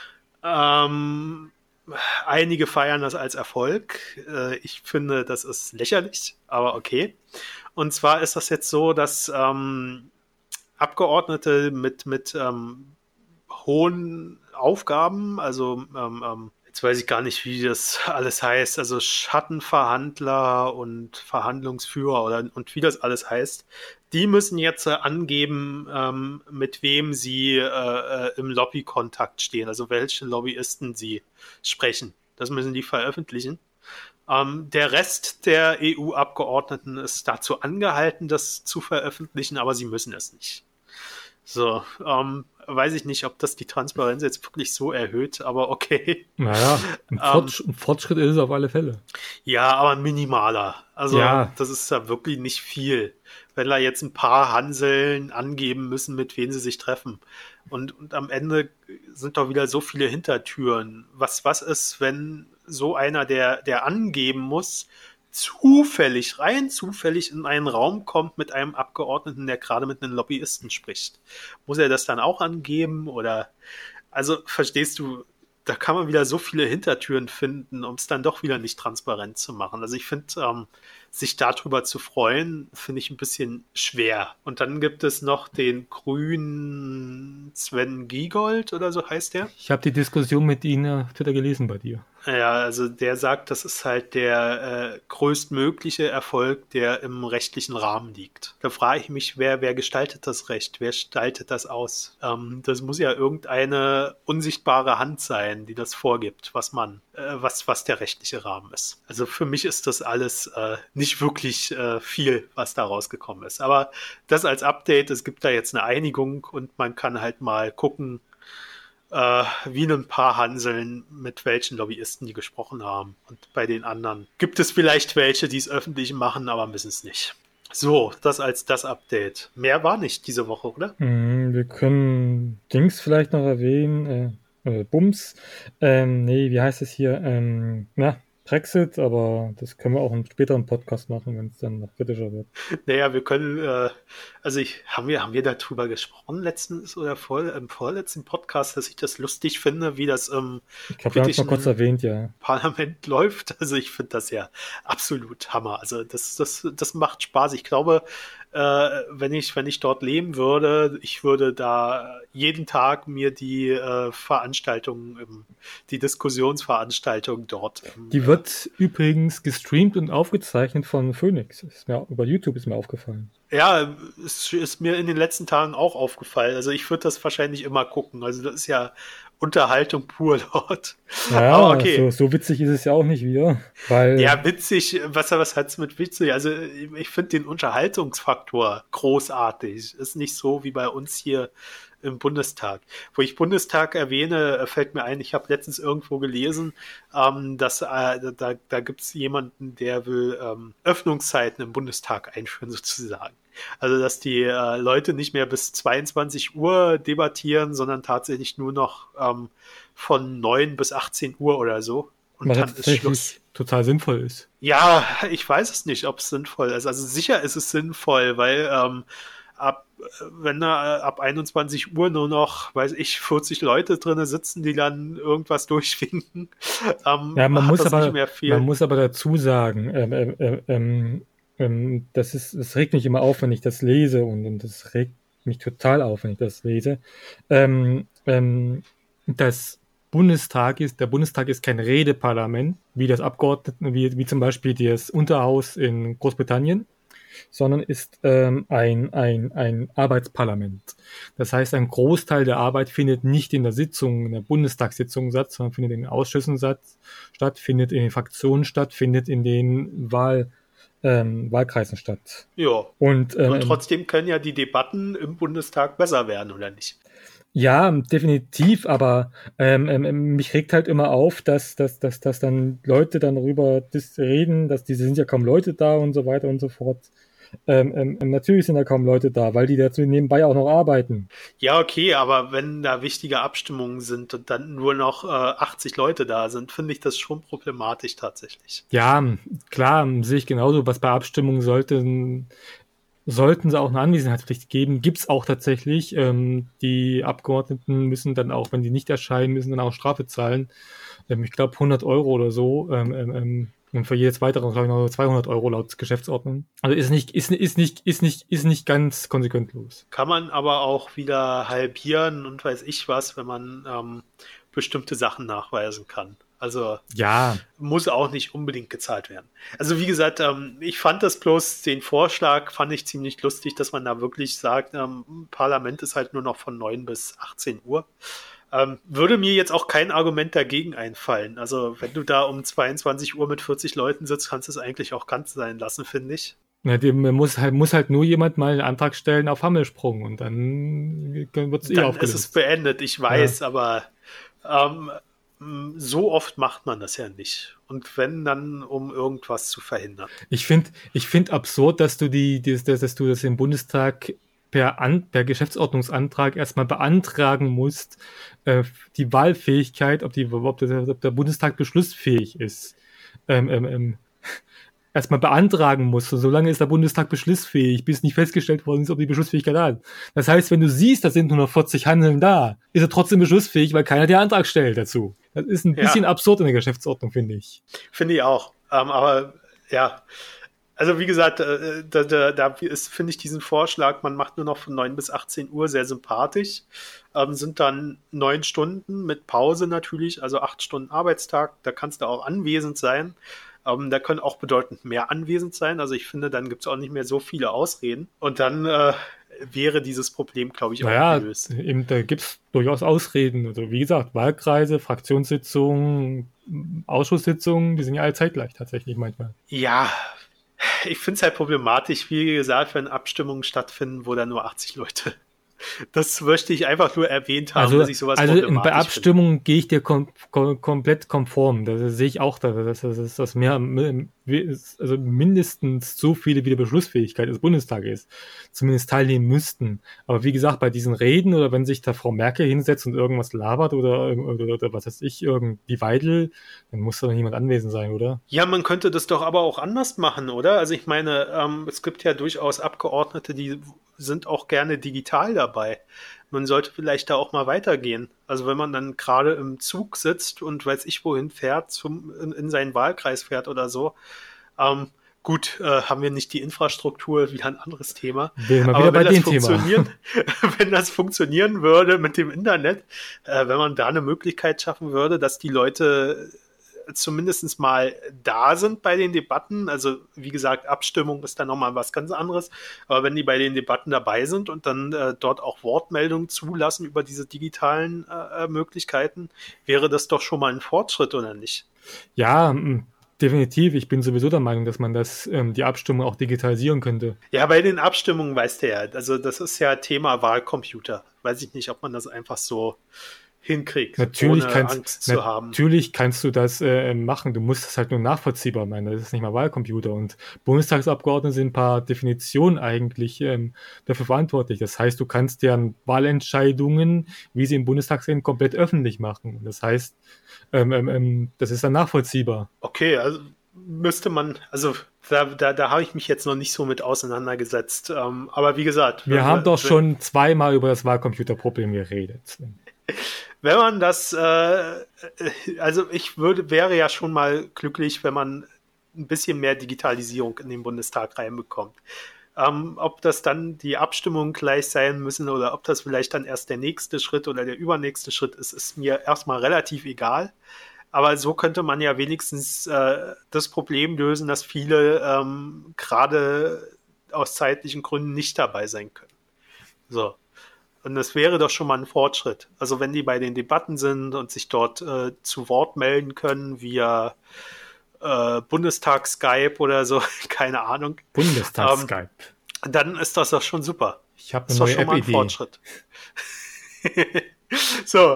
Ähm, einige feiern das als Erfolg. Äh, ich finde, das ist lächerlich, aber okay. Und zwar ist das jetzt so, dass ähm, Abgeordnete mit, mit ähm, hohen Aufgaben, also ähm, ähm, jetzt weiß ich gar nicht, wie das alles heißt, also Schattenverhandler und Verhandlungsführer oder und wie das alles heißt, die müssen jetzt äh, angeben, ähm, mit wem sie äh, äh, im Lobbykontakt stehen, also welche Lobbyisten sie sprechen. Das müssen die veröffentlichen. Ähm, der Rest der E U-Abgeordneten ist dazu angehalten, das zu veröffentlichen, aber sie müssen es nicht. So, ähm, weiß ich nicht, ob das die Transparenz jetzt wirklich so erhöht, aber okay. Naja, ein, Fortsch- ein Fortschritt ist es auf alle Fälle. Ja, aber ein minimaler. Also Ja. das ist ja wirklich nicht viel. Wenn da jetzt ein paar Hanseln angeben müssen, mit wem sie sich treffen. Und, und am Ende sind doch wieder so viele Hintertüren. Was, was ist, wenn so einer, der, der angeben muss, zufällig, rein zufällig in einen Raum kommt mit einem Abgeordneten, der gerade mit einem Lobbyisten spricht? Muss er das dann auch angeben? Oder, also verstehst du, da kann man wieder so viele Hintertüren finden, um es dann doch wieder nicht transparent zu machen. Also ich finde, ähm, sich darüber zu freuen, finde ich ein bisschen schwer. Und dann gibt es noch den grünen Sven Giegold oder so heißt der. Ich habe die Diskussion mit Ihnen auf Twitter gelesen bei dir. Ja, also der sagt, das ist halt der äh, größtmögliche Erfolg, der im rechtlichen Rahmen liegt. Da frage ich mich, wer, wer gestaltet das Recht? Wer gestaltet das aus? Ähm, das muss ja irgendeine unsichtbare Hand sein, die das vorgibt, was man, äh, was, was der rechtliche Rahmen ist. Also für mich ist das alles äh, nicht wirklich äh, viel, was da rausgekommen ist. Aber das als Update, es gibt da jetzt eine Einigung und man kann halt mal gucken, Äh, wie ein paar Hanseln, mit welchen Lobbyisten die gesprochen haben. Und bei den anderen gibt es vielleicht welche, die es öffentlich machen, aber müssen es nicht. So, das als das Update. Mehr war nicht diese Woche, oder? Mm, wir können Dings vielleicht noch erwähnen. Äh, äh, Bums. Ähm, nee, wie heißt es hier? Ähm, na, Brexit, aber das können wir auch im späteren Podcast machen, wenn es dann noch kritischer wird. Naja, wir können, äh, also ich, haben wir, haben wir darüber gesprochen letztens oder vor, im vorletzten Podcast, dass ich das lustig finde, wie das im Ich glaube, wir haben es mal kurz erwähnt, ja. Parlament läuft. Also ich finde das ja absolut Hammer. Also das, das, das macht Spaß. Ich glaube, äh, wenn ich, wenn ich dort leben würde, ich würde da jeden Tag mir die äh, Veranstaltungen, im, die Diskussionsveranstaltung dort. Im, die wird äh, übrigens gestreamt und aufgezeichnet von Phoenix. Ist mir, über YouTube ist mir aufgefallen. Ja, es ist mir in den letzten Tagen auch aufgefallen. Also ich würde das wahrscheinlich immer gucken. Also das ist ja Unterhaltung pur dort. Ja, aber okay. so, so witzig ist es ja auch nicht wieder. Weil ja, witzig, was, was hat's mit witzig? Also ich finde den Unterhaltungsfaktor großartig. Ist nicht so wie bei uns hier im Bundestag. Wo ich Bundestag erwähne, fällt mir ein, ich habe letztens irgendwo gelesen, ähm, dass äh, da, da gibt es jemanden, der will ähm, Öffnungszeiten im Bundestag einführen sozusagen. Also, dass die äh, Leute nicht mehr bis zweiundzwanzig Uhr debattieren, sondern tatsächlich nur noch ähm, von neun bis achtzehn Uhr oder so. Und was dann ist Schluss. Total sinnvoll ist. Ja, ich weiß es nicht, ob es sinnvoll ist. Also sicher ist es sinnvoll, weil ähm, ab wenn da ab einundzwanzig Uhr nur noch, weiß ich, vierzig Leute drin sitzen, die dann irgendwas durchwinken, ähm, ja, man hat muss das aber, nicht mehr viel. Man muss aber dazu sagen, ähm, ähm, ähm, ähm, das ist, das regt mich immer auf, wenn ich das lese und, und das regt mich total auf, wenn ich das lese. Ähm, ähm, das Bundestag ist, der Bundestag ist kein Redeparlament, wie das Abgeordneten, wie, wie zum Beispiel das Unterhaus in Großbritannien, sondern ist ähm, ein, ein, ein Arbeitsparlament. Das heißt, ein Großteil der Arbeit findet nicht in der Sitzung, in der Bundestagssitzung statt, sondern findet in den Ausschüssen statt, findet in den Fraktionen statt, findet in den Wahl, ähm, Wahlkreisen statt. Ja, und, ähm, und trotzdem können ja die Debatten im Bundestag besser werden, oder nicht? Ja, definitiv, aber ähm, ähm, mich regt halt immer auf, dass, dass, dass, dass dann Leute dann darüber reden, dass diese sind ja kaum Leute da und so weiter und so fort. Ähm, ähm, natürlich sind da kaum Leute da, weil die dazu nebenbei auch noch arbeiten. Ja, okay, aber wenn da wichtige Abstimmungen sind und dann nur noch äh, achtzig Leute da sind, finde ich das schon problematisch tatsächlich. Ja, klar, sehe ich genauso. Was bei Abstimmungen sollten, sollten sie auch eine Anwesenheitspflicht geben. Gibt's auch tatsächlich. Ähm, die Abgeordneten müssen dann auch, wenn die nicht erscheinen, müssen dann auch Strafe zahlen. Ähm, ich glaube hundert Euro oder so. Ähm, ähm, ähm, und für jedes weitere, glaube ich, noch zweihundert Euro laut Geschäftsordnung. Also ist nicht, ist, ist nicht, ist nicht, ist nicht ganz konsequentlos. Kann man aber auch wieder halbieren und weiß ich was, wenn man ähm, bestimmte Sachen nachweisen kann. Also Ja, muss auch nicht unbedingt gezahlt werden. Also wie gesagt, ähm, ich fand das bloß, den Vorschlag fand ich ziemlich lustig, dass man da wirklich sagt, ähm, Parlament ist halt nur noch von neun bis achtzehn Uhr. Ähm, würde mir jetzt auch kein Argument dagegen einfallen. Also wenn du da um zweiundzwanzig Uhr mit vierzig Leuten sitzt, kannst du es eigentlich auch ganz sein lassen, finde ich. ja, dem muss halt, muss halt nur jemand mal einen Antrag stellen auf Hammelsprung und dann wird es eh Dann ist aufgelöst. es beendet, ich weiß, ja. aber ähm, so oft macht man das ja nicht. Und wenn, dann um irgendwas zu verhindern. Ich finde ich find absurd, dass du die, dass, dass du das im Bundestag per, An, per Geschäftsordnungsantrag erstmal beantragen musst, äh, die Wahlfähigkeit, ob, die, ob, der, ob der Bundestag beschlussfähig ist. Ähm, ähm, ähm, erstmal beantragen musst. Und solange ist der Bundestag beschlussfähig, bis nicht festgestellt worden ist, ob die Beschlussfähigkeit hat. Das heißt, wenn du siehst, da sind nur noch vierzig Handeln da, ist er trotzdem beschlussfähig, weil keiner den Antrag stellt dazu. Das ist ein bisschen ja. absurd in der Geschäftsordnung, finde ich. Finde ich auch. Ähm, aber ja, also wie gesagt, äh, da, da, da ist, finde ich diesen Vorschlag, man macht nur noch von neun bis achtzehn Uhr sehr sympathisch. Ähm, sind dann neun Stunden mit Pause natürlich, also acht Stunden Arbeitstag. Da kannst du auch anwesend sein. Ähm, da können auch bedeutend mehr anwesend sein. Also ich finde, dann gibt es auch nicht mehr so viele Ausreden. Und dann äh, wäre dieses Problem, glaube ich, auch naja, gelöst. Eben, da gibt es durchaus Ausreden. Also wie gesagt, Wahlkreise, Fraktionssitzungen, Ausschusssitzungen, die sind ja alle zeitgleich tatsächlich manchmal. Ja, ich finde es halt problematisch, wie gesagt, wenn Abstimmungen stattfinden, wo dann nur achtzig Leute. Das möchte ich einfach nur erwähnt haben, also, dass ich sowas also problematisch bei Abstimmungen gehe ich dir kom kom komplett konform. Das sehe ich auch da. Das, das ist das mehr, also mindestens so viele wie die Beschlussfähigkeit des Bundestages ist. Zumindest teilnehmen müssten. Aber wie gesagt, bei diesen Reden oder wenn sich da Frau Merkel hinsetzt und irgendwas labert oder, oder, oder was weiß ich, irgendwie Weidel, dann muss da niemand anwesend sein, oder? Ja, man könnte das doch aber auch anders machen, oder? Also ich meine, ähm, es gibt ja durchaus Abgeordnete, die sind auch gerne digital dabei. Man sollte vielleicht da auch mal weitergehen. Also wenn man dann gerade im Zug sitzt und weiß ich wohin fährt, zum, in, in seinen Wahlkreis fährt oder so, ähm, gut, äh, haben wir nicht die Infrastruktur, wieder ein anderes Thema. Aber wenn das, funktionieren, wenn das funktionieren würde mit dem Internet, äh, wenn man da eine Möglichkeit schaffen würde, dass die Leute zumindest mal da sind bei den Debatten, also wie gesagt, Abstimmung ist dann nochmal was ganz anderes, aber wenn die bei den Debatten dabei sind und dann äh, dort auch Wortmeldungen zulassen über diese digitalen äh, Möglichkeiten, wäre das doch schon mal ein Fortschritt, oder nicht? Ja, definitiv. Ich bin sowieso der Meinung, dass man das, ähm, die Abstimmung auch digitalisieren könnte. Ja, bei den Abstimmungen weißt du ja, also das ist ja Thema Wahlcomputer. Weiß ich nicht, ob man das einfach so hinkriegt, natürlich ohne kannst, Angst zu haben. Natürlich kannst du das äh, machen. Du musst es halt nur nachvollziehbar meinen. Das ist nicht mal Wahlcomputer. Und Bundestagsabgeordnete sind per Definition eigentlich ähm, dafür verantwortlich. Das heißt, du kannst deren Wahlentscheidungen, wie sie im Bundestag sind, komplett öffentlich machen. Das heißt, ähm, ähm, das ist dann nachvollziehbar. Okay, also müsste man, also da, da, da habe ich mich jetzt noch nicht so mit auseinandergesetzt. Ähm, aber wie gesagt. Wir haben wir, doch wenn, schon zweimal über das Wahlcomputerproblem geredet. Wenn man das, äh, also ich würde, wäre ja schon mal glücklich, wenn man ein bisschen mehr Digitalisierung in den Bundestag reinbekommt. Ähm, ob das dann die Abstimmungen gleich sein müssen oder ob das vielleicht dann erst der nächste Schritt oder der übernächste Schritt ist, ist mir erstmal relativ egal. Aber so könnte man ja wenigstens äh, das Problem lösen, dass viele ähm, gerade aus zeitlichen Gründen nicht dabei sein können. So. Und das wäre doch schon mal ein Fortschritt. Also wenn die bei den Debatten sind und sich dort äh, zu Wort melden können via äh, Bundestag-Skype oder so, keine Ahnung. Bundestag-Skype. Ähm, dann ist das doch schon super. Ich habe eine neue App-Idee. Das ist doch schon mal ein Fortschritt. So,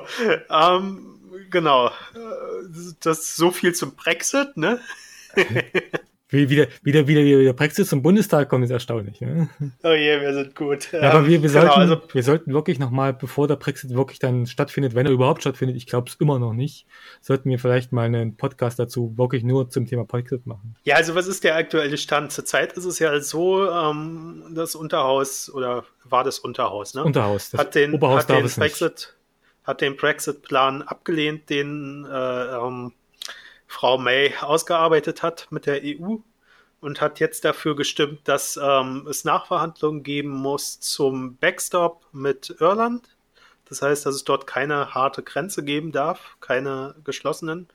ähm, genau. Das ist so viel zum Brexit, ne? Wie wieder, wieder, wieder, wieder Brexit zum Bundestag kommt, ist erstaunlich. Ne? Oh je, wir sind gut. Ja, aber wir, wir, genau, sollten, also, wir sollten wirklich nochmal, bevor der Brexit wirklich dann stattfindet, wenn er überhaupt stattfindet, ich glaube es immer noch nicht, sollten wir vielleicht mal einen Podcast dazu wirklich nur zum Thema Brexit machen. Ja, also was ist der aktuelle Stand? Zurzeit ist es ja so, ähm, das Unterhaus, oder war das Unterhaus, ne? Unterhaus, das hat den, Oberhaus hat darf den es Brexit, nicht. hat den Brexit-Plan abgelehnt, den äh, ähm, Frau May ausgearbeitet hat mit der E U und hat jetzt dafür gestimmt, dass ähm, es Nachverhandlungen geben muss zum Backstop mit Irland. Das heißt, dass es dort keine harte Grenze geben darf, keine geschlossenen.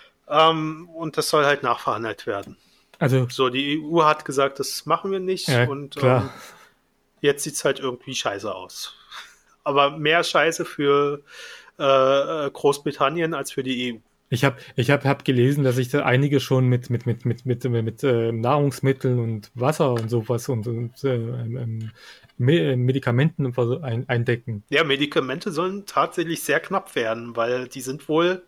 Ähm, und das soll halt nachverhandelt werden. Also, so, die E U hat gesagt, das machen wir nicht. Ja, und klar. Ähm, jetzt sieht es halt irgendwie scheiße aus. Aber mehr Scheiße für äh, Großbritannien als für die E U. Ich habe ich hab, hab gelesen, dass sich da einige schon mit, mit, mit, mit, mit, mit, mit äh, Nahrungsmitteln und Wasser und sowas und, und äh, ähm, Me- Medikamenten ein, eindecken. Ja, Medikamente sollen tatsächlich sehr knapp werden, weil die sind wohl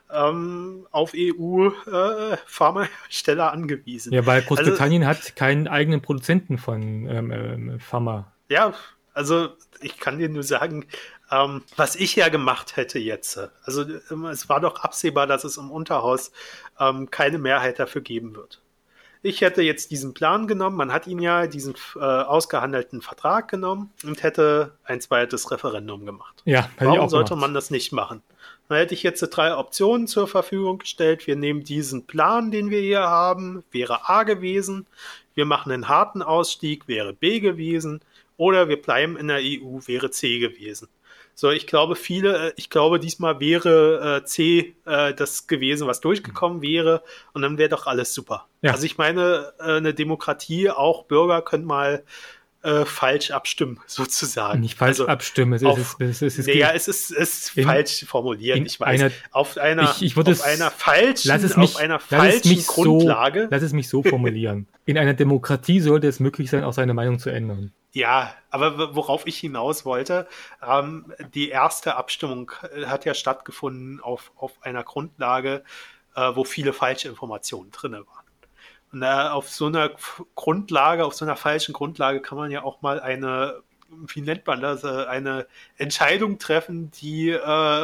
ähm, auf E U-Pharmahersteller äh, angewiesen. Ja, weil Großbritannien also, hat keinen eigenen Produzenten von ähm, ähm, Pharma. Ja, also ich kann dir nur sagen, ähm, was ich ja gemacht hätte jetzt. Also es war doch absehbar, dass es im Unterhaus ähm, keine Mehrheit dafür geben wird. Ich hätte jetzt diesen Plan genommen, man hat ihn ja, diesen äh, ausgehandelten Vertrag genommen und hätte ein zweites Referendum gemacht. Ja, hätte Warum ich auch sollte gemacht. man das nicht machen? Dann hätte ich jetzt drei Optionen zur Verfügung gestellt. Wir nehmen diesen Plan, den wir hier haben, wäre A gewesen. Wir machen einen harten Ausstieg, wäre B gewesen. Oder wir bleiben in der E U, wäre C gewesen. So, ich glaube, viele, ich glaube, diesmal wäre äh, C äh, das gewesen, was durchgekommen wäre, und dann wäre doch alles super. Ja. Also ich meine, äh, eine Demokratie, auch Bürger können mal äh, falsch abstimmen, sozusagen. Nicht falsch also abstimmen, es auf, ist, es ist, es naja, geht es ist, es ist in, falsch formuliert, ich weiß. Einer, auf einer, ich, ich auf es, einer falschen, lass es mich, auf einer lass es falschen mich Grundlage. So, lass es mich so formulieren. In einer Demokratie sollte es möglich sein, auch seine Meinung zu ändern. Ja, aber worauf ich hinaus wollte, ähm, die erste Abstimmung hat ja stattgefunden auf, auf einer Grundlage, äh, wo viele falsche Informationen drin waren. Und äh, auf so einer Grundlage, auf so einer falschen Grundlage kann man ja auch mal eine, wie nennt man das, eine Entscheidung treffen, die, äh,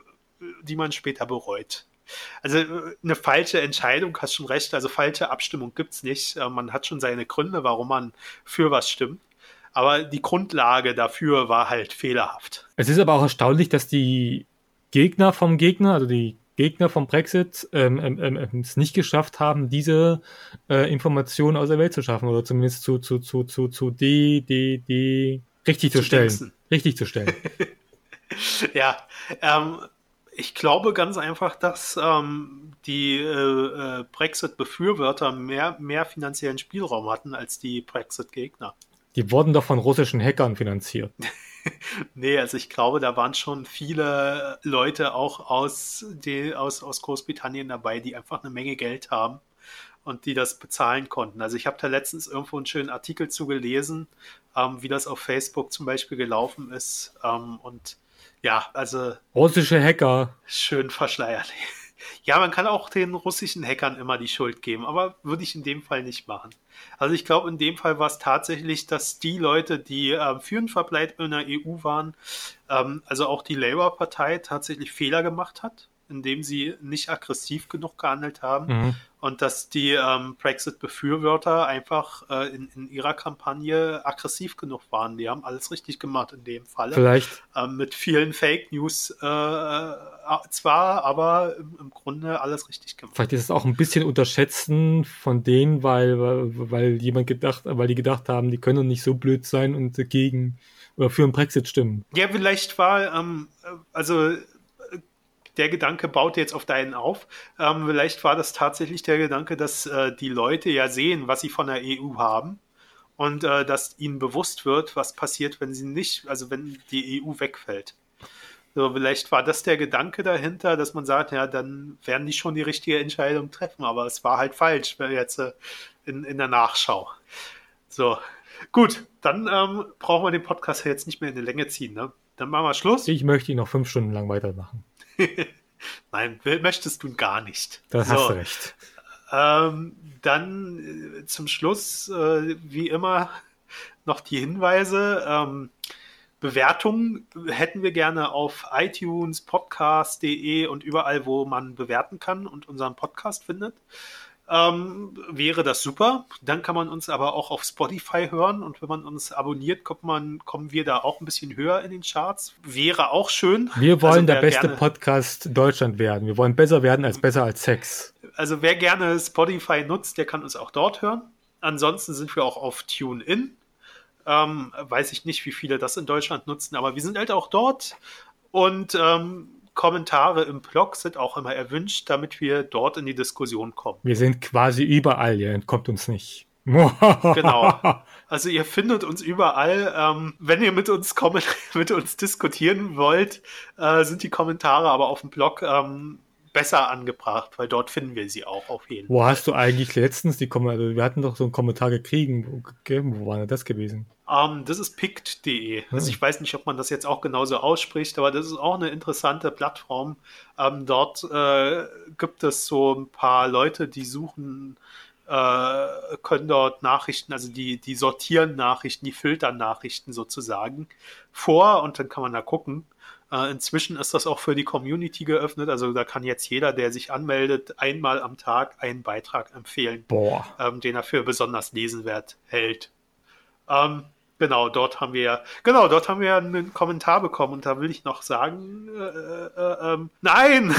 die man später bereut. Also eine falsche Entscheidung, hast schon recht, also falsche Abstimmung gibt's nicht. Man hat schon seine Gründe, warum man für was stimmt. Aber die Grundlage dafür war halt fehlerhaft. Es ist aber auch erstaunlich, dass die Gegner vom Gegner, also die Gegner vom Brexit, ähm, ähm, ähm, es nicht geschafft haben, diese äh, Informationen aus der Welt zu schaffen oder zumindest zu, zu, zu, zu, zu die, die, die richtig zu, zu stellen. Dingsen. Richtig zu stellen. ja, ähm, ich glaube ganz einfach, dass ähm, die äh, Brexit-Befürworter mehr, mehr finanziellen Spielraum hatten als die Brexit-Gegner. Die wurden doch von russischen Hackern finanziert. Nee, also ich glaube, da waren schon viele Leute auch aus, die, aus, aus Großbritannien dabei, die einfach eine Menge Geld haben und die das bezahlen konnten. Also ich habe da letztens irgendwo einen schönen Artikel zu gelesen, ähm, wie das auf Facebook zum Beispiel gelaufen ist. Ähm, und ja, also... Russische Hacker. Schön verschleiert. Ja, man kann auch den russischen Hackern immer die Schuld geben, aber würde ich in dem Fall nicht machen. Also ich glaube, in dem Fall war es tatsächlich, dass die Leute, die äh, für einen Verbleib in der E U waren, ähm, also auch die Labour-Partei tatsächlich Fehler gemacht hat, indem sie nicht aggressiv genug gehandelt haben mhm. und dass die ähm, Brexit-Befürworter einfach äh, in, in ihrer Kampagne aggressiv genug waren. Die haben alles richtig gemacht in dem Falle. Vielleicht. Ähm, mit vielen Fake News äh, zwar, aber im, im Grunde alles richtig gemacht. Vielleicht ist es auch ein bisschen Unterschätzen von denen, weil, weil, weil jemand gedacht, weil die gedacht haben, die können nicht so blöd sein und gegen oder für einen Brexit stimmen. Ja, vielleicht war, ähm, also der Gedanke baut jetzt auf deinen auf. Ähm, vielleicht war das tatsächlich der Gedanke, dass äh, die Leute ja sehen, was sie von der E U haben und äh, dass ihnen bewusst wird, was passiert, wenn sie nicht, also wenn die E U wegfällt. So, vielleicht war das der Gedanke dahinter, dass man sagt, ja, dann werden die schon die richtige Entscheidung treffen, aber es war halt falsch, wenn jetzt äh, in, in der Nachschau. So, gut, dann ähm, brauchen wir den Podcast jetzt nicht mehr in die Länge ziehen, ne? Dann machen wir Schluss. Ich möchte ihn noch fünf Stunden lang weitermachen. Nein, möchtest du gar nicht. Da so. hast du recht. Ähm, dann äh, zum Schluss, äh, wie immer, noch die Hinweise. Ähm, Bewertungen hätten wir gerne auf iTunes, podcast punkt de und überall, wo man bewerten kann und unseren Podcast findet. Ähm, wäre das super. Dann kann man uns aber auch auf Spotify hören und wenn man uns abonniert, kommt man, kommen wir da auch ein bisschen höher in den Charts. Wäre auch schön. Wir wollen Also der wer beste gerne, Podcast Deutschland werden. Wir wollen besser werden als besser als Sex. also wer gerne Spotify nutzt, der kann uns auch dort hören. Ansonsten sind wir auch auf TuneIn. Ähm, weiß ich nicht, wie viele das in Deutschland nutzen, aber wir sind halt auch dort und ähm, Kommentare im Blog sind auch immer erwünscht, damit wir dort in die Diskussion kommen. Wir sind quasi überall, ihr entkommt uns nicht. Genau. Also ihr findet uns überall. Ähm, wenn ihr mit uns kommen, mit uns diskutieren wollt, äh, sind die Kommentare aber auf dem Blog ähm, besser angebracht, weil dort finden wir sie auch auf jeden Fall. Wo hast du eigentlich letztens die Kommentare? Also wir hatten doch so einen Kommentar gekriegen. Wo, wo war denn das gewesen? Um, das ist pict punkt de. Also ich weiß nicht, ob man das jetzt auch genauso ausspricht, aber das ist auch eine interessante Plattform. Ähm, dort äh, gibt es so ein paar Leute, die suchen, äh, können dort Nachrichten, also die, die sortieren Nachrichten, die filtern Nachrichten sozusagen vor und dann kann man da gucken. Äh, inzwischen ist das auch für die Community geöffnet, also da kann jetzt jeder, der sich anmeldet, einmal am Tag einen Beitrag empfehlen, Boah. Ähm, den er für besonders lesenswert hält. Ähm, Genau, dort haben wir genau, dort haben wir einen Kommentar bekommen und da will ich noch sagen, äh, äh, äh, nein,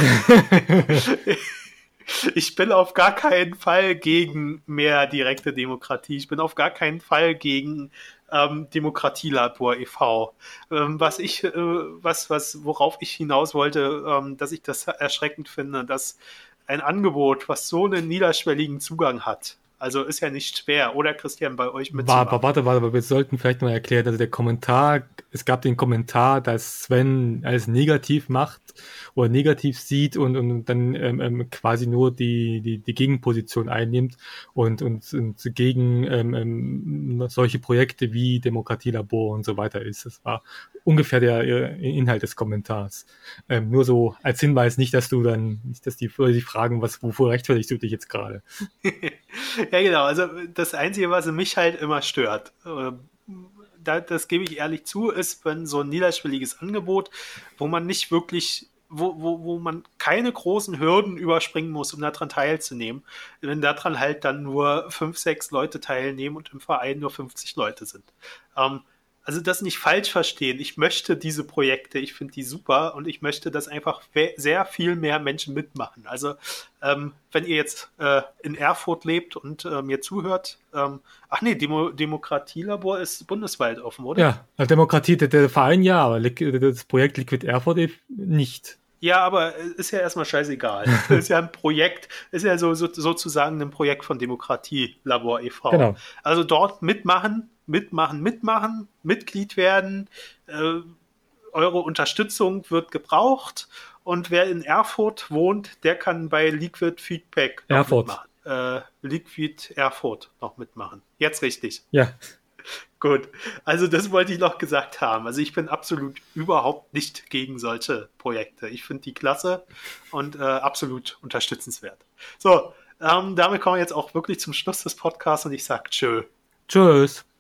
ich bin auf gar keinen Fall gegen mehr direkte Demokratie. Ich bin auf gar keinen Fall gegen ähm, Demokratielabor e V. Ähm, was ich, äh, was, was, worauf ich hinaus wollte, ähm, dass ich das erschreckend finde, dass ein Angebot, was so einen niederschwelligen Zugang hat. Also ist ja nicht schwer, oder Christian, bei euch mitzumachen? Warte, warte, warte, wir sollten vielleicht mal erklären, also der Kommentar, es gab den Kommentar, dass Sven alles negativ macht oder negativ sieht und, und dann ähm, ähm, quasi nur die, die, die Gegenposition einnimmt und, und, und gegen ähm, ähm, solche Projekte wie Demokratielabor und so weiter ist. Das war ungefähr der äh, Inhalt des Kommentars. Ähm, nur so als Hinweis, nicht, dass du dann, nicht, dass die Leute sich fragen, was, wofür rechtfertigst du dich jetzt gerade? Ja, genau. Also das Einzige, was mich halt immer stört, äh, da, das gebe ich ehrlich zu, ist, wenn so ein niederschwelliges Angebot, wo man nicht wirklich, wo, wo, wo man keine großen Hürden überspringen muss, um daran teilzunehmen, wenn daran halt dann nur fünf, sechs Leute teilnehmen und im Verein nur fünfzig Leute sind. Ähm, Also das nicht falsch verstehen. Ich möchte diese Projekte, ich finde die super und ich möchte, dass einfach sehr viel mehr Menschen mitmachen. Also ähm, wenn ihr jetzt äh, in Erfurt lebt und äh, mir zuhört, ähm, ach nee, Demo- Demokratielabor ist bundesweit offen, oder? Ja, Demokratie, der, der Verein ja, aber das Projekt Liquid Erfurt nicht. Ja, aber ist ja erstmal scheißegal. Ist ja ein Projekt, ist ja so, so, sozusagen ein Projekt von Demokratielabor e V. Genau. Also dort mitmachen, mitmachen, mitmachen, Mitglied werden. Äh, eure Unterstützung wird gebraucht. Und wer in Erfurt wohnt, der kann bei Liquid Feedback noch Erfurt. mitmachen. Äh, Liquid Erfurt noch mitmachen. Jetzt richtig. Ja. Gut, also das wollte ich noch gesagt haben. Also ich bin absolut überhaupt nicht gegen solche Projekte. Ich finde die klasse und äh, absolut unterstützenswert. So, ähm, damit kommen wir jetzt auch wirklich zum Schluss des Podcasts und ich sage tschö. Tschüss.